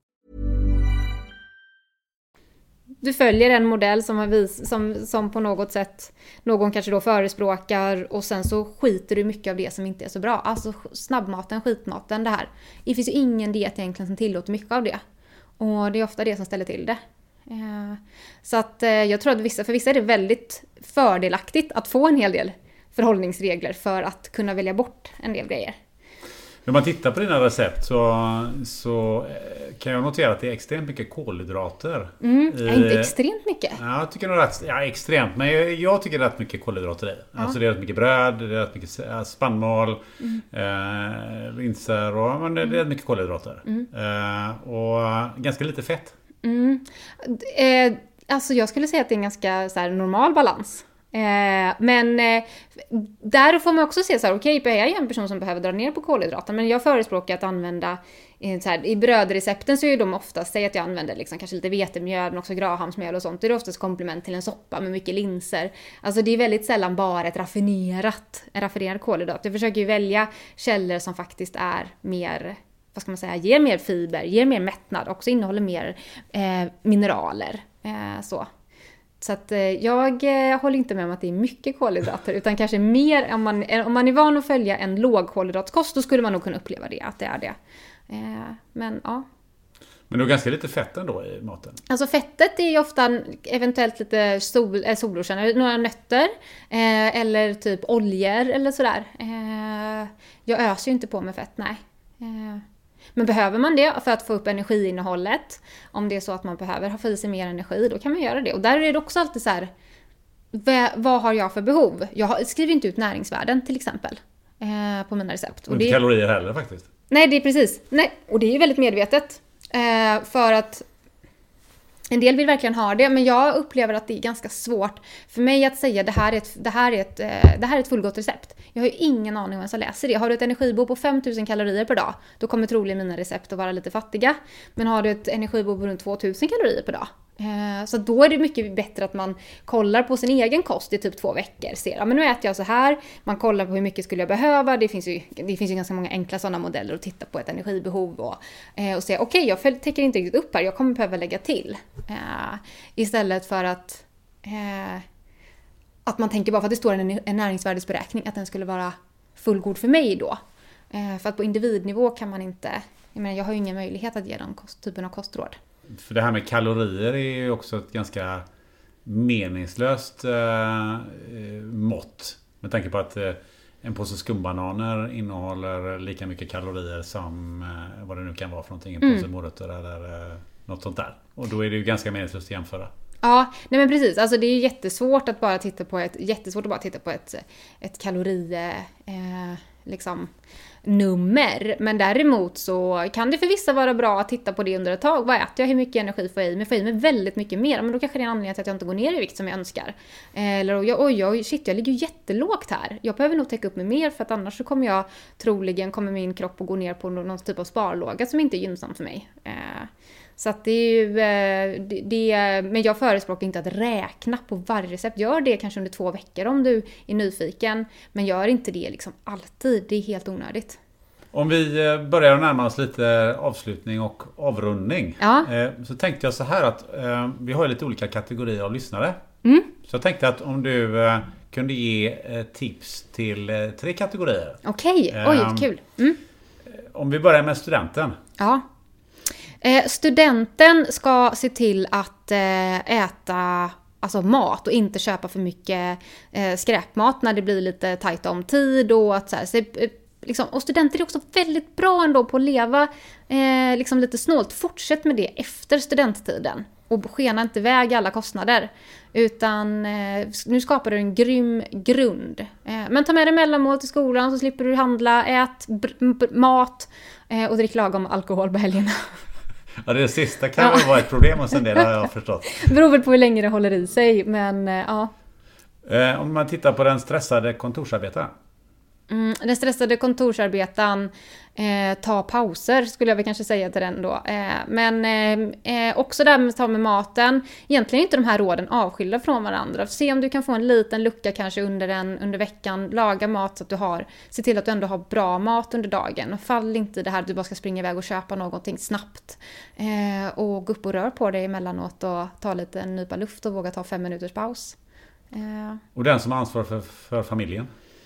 Du följer en modell som, har vis, som, som på något sätt någon kanske då förespråkar, och sen så skiter du mycket av det som inte är så bra. Alltså snabbmaten, skitmaten, det här. Det finns ju ingen diet egentligen som tillåter mycket av det. Och det är ofta det som ställer till det. Så att jag tror att vissa, för vissa är det väldigt fördelaktigt att få en hel del förhållningsregler för att kunna välja bort en del grejer. När man tittar på dina recept så, så kan jag notera att det är extremt mycket kolhydrater. Mm, i, inte extremt mycket. Ja, jag tycker nog rätt, ja, extremt. Men jag, jag tycker rätt mycket kolhydrater i. Ja. Alltså det är rätt mycket bröd, det är rätt mycket spannmål, mm. eh, linser och men det, det är rätt mycket kolhydrater. Mm. Eh, och ganska lite fett. Mm. Eh, alltså jag skulle säga att det är en ganska så här, normal balans. Eh, men eh, där får man också se så här, okej, okay, jag är en person som behöver dra ner på kolhydrater, men jag förespråkar att använda eh, så här, i brödrecepten så är de ofta, säg att jag använder liksom, kanske lite vetemjöl men också grahamsmjöl och sånt, det är oftast komplement till en soppa med mycket linser. Alltså det är väldigt sällan bara ett raffinerat, en raffinerad kolhydrat. Jag försöker ju välja källor som faktiskt är mer, vad ska man säga, ger mer fiber, ger mer mättnad, också innehåller mer eh, mineraler, eh, så. Så att eh, jag eh, håller inte med om att det är mycket kolhydrater, utan kanske mer, om man, om man är van att följa en lågkolhydratskost, då skulle man nog kunna uppleva det, att det är det. Eh, men ja. Men det är ganska lite fett ändå i maten. Alltså fettet är ju ofta eventuellt lite sol, äh, solrosen, några nötter eh, eller typ oljor eller sådär. Eh, jag öser ju inte på med fett, nej. Eh, Men behöver man det för att få upp energiinnehållet, om det är så att man behöver ha för sig mer energi, då kan man göra det. Och där är det också alltid så här, vad har jag för behov? Jag skriver inte ut näringsvärden till exempel eh, på mina recept. Och inte det, kalorier heller faktiskt. Nej, det är precis. Nej, och det är ju väldigt medvetet. Eh, för att en del vill verkligen ha det, men jag upplever att det är ganska svårt för mig att säga det här är ett, det här är ett, det här är ett fullgott recept. Jag har ju ingen aning om vem som läser det. Har du ett energibehov på fem tusen kalorier per dag, då kommer troligen mina recept att vara lite fattiga. Men har du ett energibehov på runt två tusen kalorier per dag, så då är det mycket bättre att man kollar på sin egen kost i typ två veckor. Ser, ja, men nu äter jag så här. Man kollar på hur mycket skulle jag behöva. Det finns ju, det finns ju ganska många enkla sådana modeller att titta på ett energibehov och, och säga okej, okay, jag täcker inte riktigt upp här. Jag kommer behöva lägga till. Uh, istället för att uh, att man tänker bara för att det står en, en näringsvärdesberäkning att den skulle vara fullgod för mig då. Uh, för att på individnivå kan man inte, jag menar, jag har ju ingen möjlighet att ge den kost, typen av kostråd. För det här med kalorier är ju också ett ganska meningslöst eh, mått. Med tanke på att eh, en påse skumbananer innehåller lika mycket kalorier som eh, vad det nu kan vara för någonting. En påse mm. morötter eller eh, något sånt där. Och då är det ju ganska meningslöst att jämföra. Ja, nej men precis. Alltså det är jättesvårt att bara titta på ett, jättesvårt att bara titta på ett, ett kalori... Eh, liksom... nummer, men däremot så kan det för vissa vara bra att titta på det under ett tag. Vad äter jag? Hur mycket energi får jag i mig? Får jag i mig väldigt mycket mer? Men då kanske det är en anledning till att jag inte går ner i vikt som jag önskar. Eller oj, oj, oj, shit, jag ligger ju jättelågt här. Jag behöver nog täcka upp mig mer, för att annars så kommer jag troligen, kommer min kropp att gå ner på någon typ av sparlåga som inte är gynnsam för mig. Så att det är ju, det, det, men jag förespråkar inte att räkna på varje recept. Gör det kanske under två veckor om du är nyfiken. Men gör inte det liksom alltid. Det är helt onödigt. Om vi börjar närma oss lite avslutning och avrundning. Ja. Så tänkte jag så här att vi har lite olika kategorier av lyssnare. Mm. Så jag tänkte att om du kunde ge tips till tre kategorier. Okej, oj, kul. Mm. Om vi börjar med studenten. Ja. Eh, studenten ska se till att eh, äta alltså mat och inte köpa för mycket eh, skräpmat när det blir lite tajt om tid. Och, att, så här, så, eh, liksom, och studenter är också väldigt bra ändå på att leva eh, liksom lite snålt. Fortsätt med det efter studenttiden. Och skena inte iväg alla kostnader. Utan eh, nu skapar du en grym grund. Eh, men ta med dig mellanmål till skolan så slipper du handla, ät b- b- mat. Eh, och drick lagom alkohol på helgerna. Ja, det sista kan väl vara ett problem hos en del, har jag förstått. Beror väl på hur länge det håller i sig, men eh, ja. Eh, om man tittar på den stressade kontorsarbetaren. Mm, den stressade kontorsarbetaren eh, tar pauser, skulle jag väl kanske säga till den då. Eh, men eh, också där med, ta med maten. Egentligen är inte de här råden avskilda från varandra. Se om du kan få en liten lucka kanske under, en, under veckan. Laga mat så att du har. Se till att du ändå har bra mat under dagen. Och fall inte i det här att du bara ska springa iväg och köpa någonting snabbt. Eh, och gå upp och rör på dig emellanåt och ta lite en nypa luft och våga ta fem minuters paus. Eh. Och den som har ansvar för, för familjen?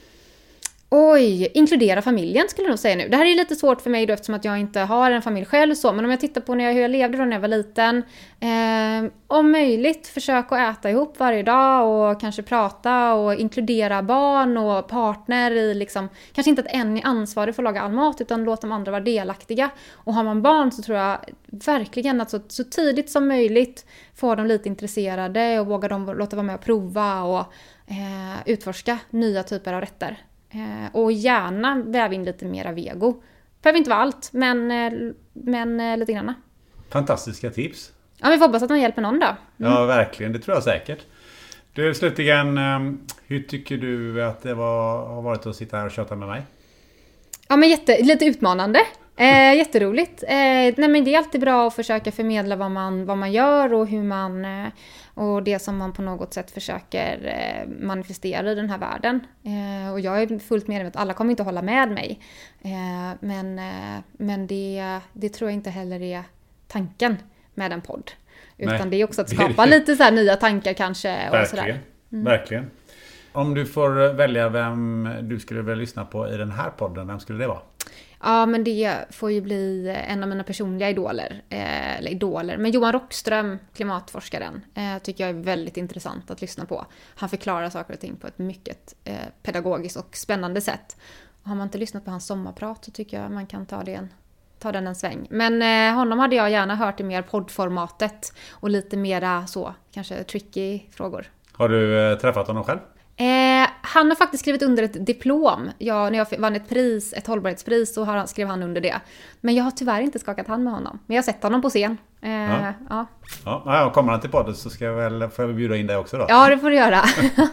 Oj, inkludera familjen skulle jag nog säga nu. Det här är lite svårt för mig då eftersom att jag inte har en familj själv så. Men om jag tittar på när jag, hur jag levde då när jag var liten. Eh, om möjligt försök att äta ihop varje dag och kanske prata och inkludera barn och partner i liksom. Kanske inte att en är ansvarig för att laga all mat utan låt de andra vara delaktiga. Och har man barn så tror jag verkligen att så, så tidigt som möjligt få dem lite intresserade och våga dem låta vara med och prova och eh, utforska nya typer av rätter. Eh, och gärna väv in lite mera vego. Behöver inte vara allt, men, eh, men eh, lite grann. Fantastiska tips. Ja, vi får hoppas att man hjälper någon då. Mm. Ja, verkligen. Det tror jag säkert. Du, slutligen, hur tycker du att det var, har varit att sitta här och köta med mig? Ja, men jätte, lite utmanande. Eh, jätteroligt. Eh, nej, men det är alltid bra att försöka förmedla vad man, vad man gör och hur man... Eh, och det som man på något sätt försöker eh, manifestera i den här världen. Eh, och jag är fullt medveten att alla kommer inte att hålla med mig. Eh, men eh, men det, det tror jag inte heller är tanken med en podd. Utan Nej. Det är också att skapa lite så här nya tankar kanske. Och Verkligen. Sådär. Mm. Verkligen. Om du får välja vem du skulle vilja lyssna på i den här podden, vem skulle det vara? Ja, men det får ju bli en av mina personliga idoler. Eh, eller idoler. Men Johan Rockström, klimatforskaren, eh, tycker jag är väldigt intressant att lyssna på. Han förklarar saker och ting på ett mycket eh, pedagogiskt och spännande sätt. Och har man inte lyssnat på hans sommarprat så tycker jag man kan ta, det en, ta den en sväng. Men eh, honom hade jag gärna hört i mer poddformatet. Och lite mera så, kanske tricky frågor. Har du eh, träffat honom själv? Eh, han har faktiskt skrivit under ett diplom. Jag, när jag vann ett pris, ett hållbarhetspris, så har han, skrev han under det. Men jag har tyvärr inte skakat hand med honom. Men jag har sett honom på scen. Eh, ja. Ja. Ja, ja, kommer han till podden så ska jag väl, får jag väl bjuda in dig också då. Ja, det får du göra.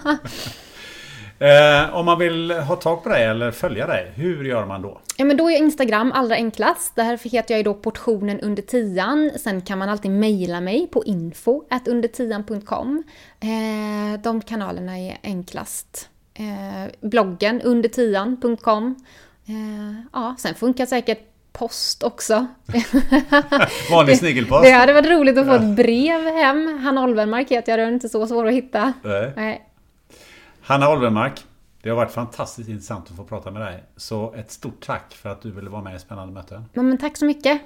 eh, om man vill ha tag på dig eller följa dig, hur gör man då? Ja, men då är Instagram allra enklast. Där heter jag ju då portionen under tian. Sen kan man alltid mejla mig på info at undertian punkt com. Eh, de kanalerna är enklast. Eh, bloggen undertian punkt com. Eh, ja, sen funkar säkert post också. Vanlig snigelpost. Det hade varit roligt att få ett brev hem. Hanna Olvenmark heter jag, det är inte så svårt att hitta. Nej. Nej. Hanna Olvenmark, det har varit fantastiskt intressant att få prata med dig. Så ett stort tack för att du ville vara med i Spännande möten. Ja, men tack så mycket.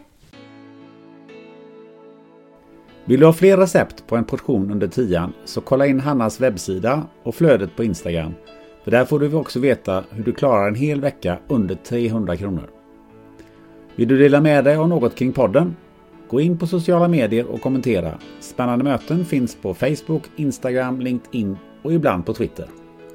Vill du ha fler recept på en portion under tian så kolla in Hannas webbsida och flödet på Instagram. För där får du också veta hur du klarar en hel vecka under trehundra kronor. Vill du dela med dig av något kring podden? Gå in på sociala medier och kommentera. Spännande möten finns på Facebook, Instagram, LinkedIn och ibland på Twitter.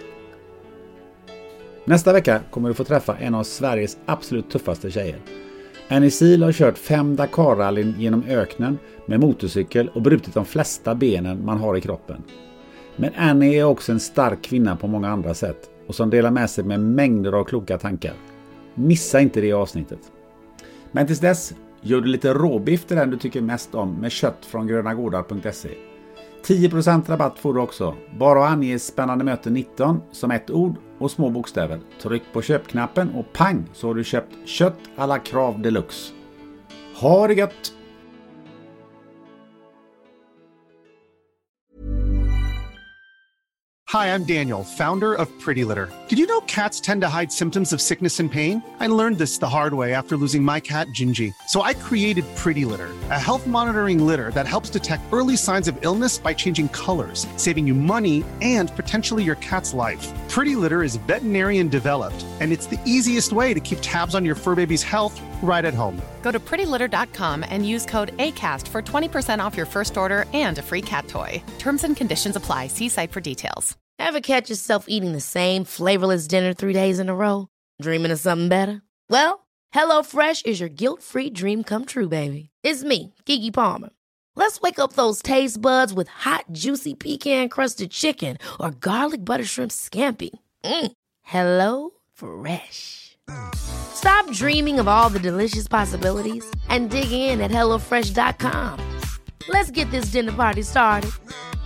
Nästa vecka kommer du få träffa en av Sveriges absolut tuffaste tjejer. Annie Seal har kört fem Dakar-rallyn genom öknen med motorcykel och brutit de flesta benen man har i kroppen. Men Annie är också en stark kvinna på många andra sätt och som delar med sig med mängder av kloka tankar. Missa inte det avsnittet. Men tills dess, gör du lite råbiff till den du tycker mest om med kött från grönagårdar punkt se. tio procent rabatt får du också. Bara ange Spännande möte nitton som ett ord och små bokstäver. Tryck på köpknappen och pang så har du köpt kött à la Krav Deluxe. Ha det gött! Hi, I'm Daniel, founder of Pretty Litter. Did you know cats tend to hide symptoms of sickness and pain? I learned this the hard way after losing my cat, Gingy. So I created Pretty Litter, a health monitoring litter that helps detect early signs of illness by changing colors, saving you money and potentially your cat's life. Pretty Litter is veterinarian developed, and it's the easiest way to keep tabs on your fur baby's health right at home. Go to pretty litter dot com and use code ACAST for twenty percent off your first order and a free cat toy. Terms and conditions apply. See site for details. Ever catch yourself eating the same flavorless dinner three days in a row? Dreaming of something better? Well, HelloFresh is your guilt-free dream come true, baby. It's me, Keke Palmer. Let's wake up those taste buds with hot, juicy pecan-crusted chicken or garlic butter shrimp scampi. Mm. Hello Fresh. Stop dreaming of all the delicious possibilities and dig in at hello fresh dot com. Let's get this dinner party started.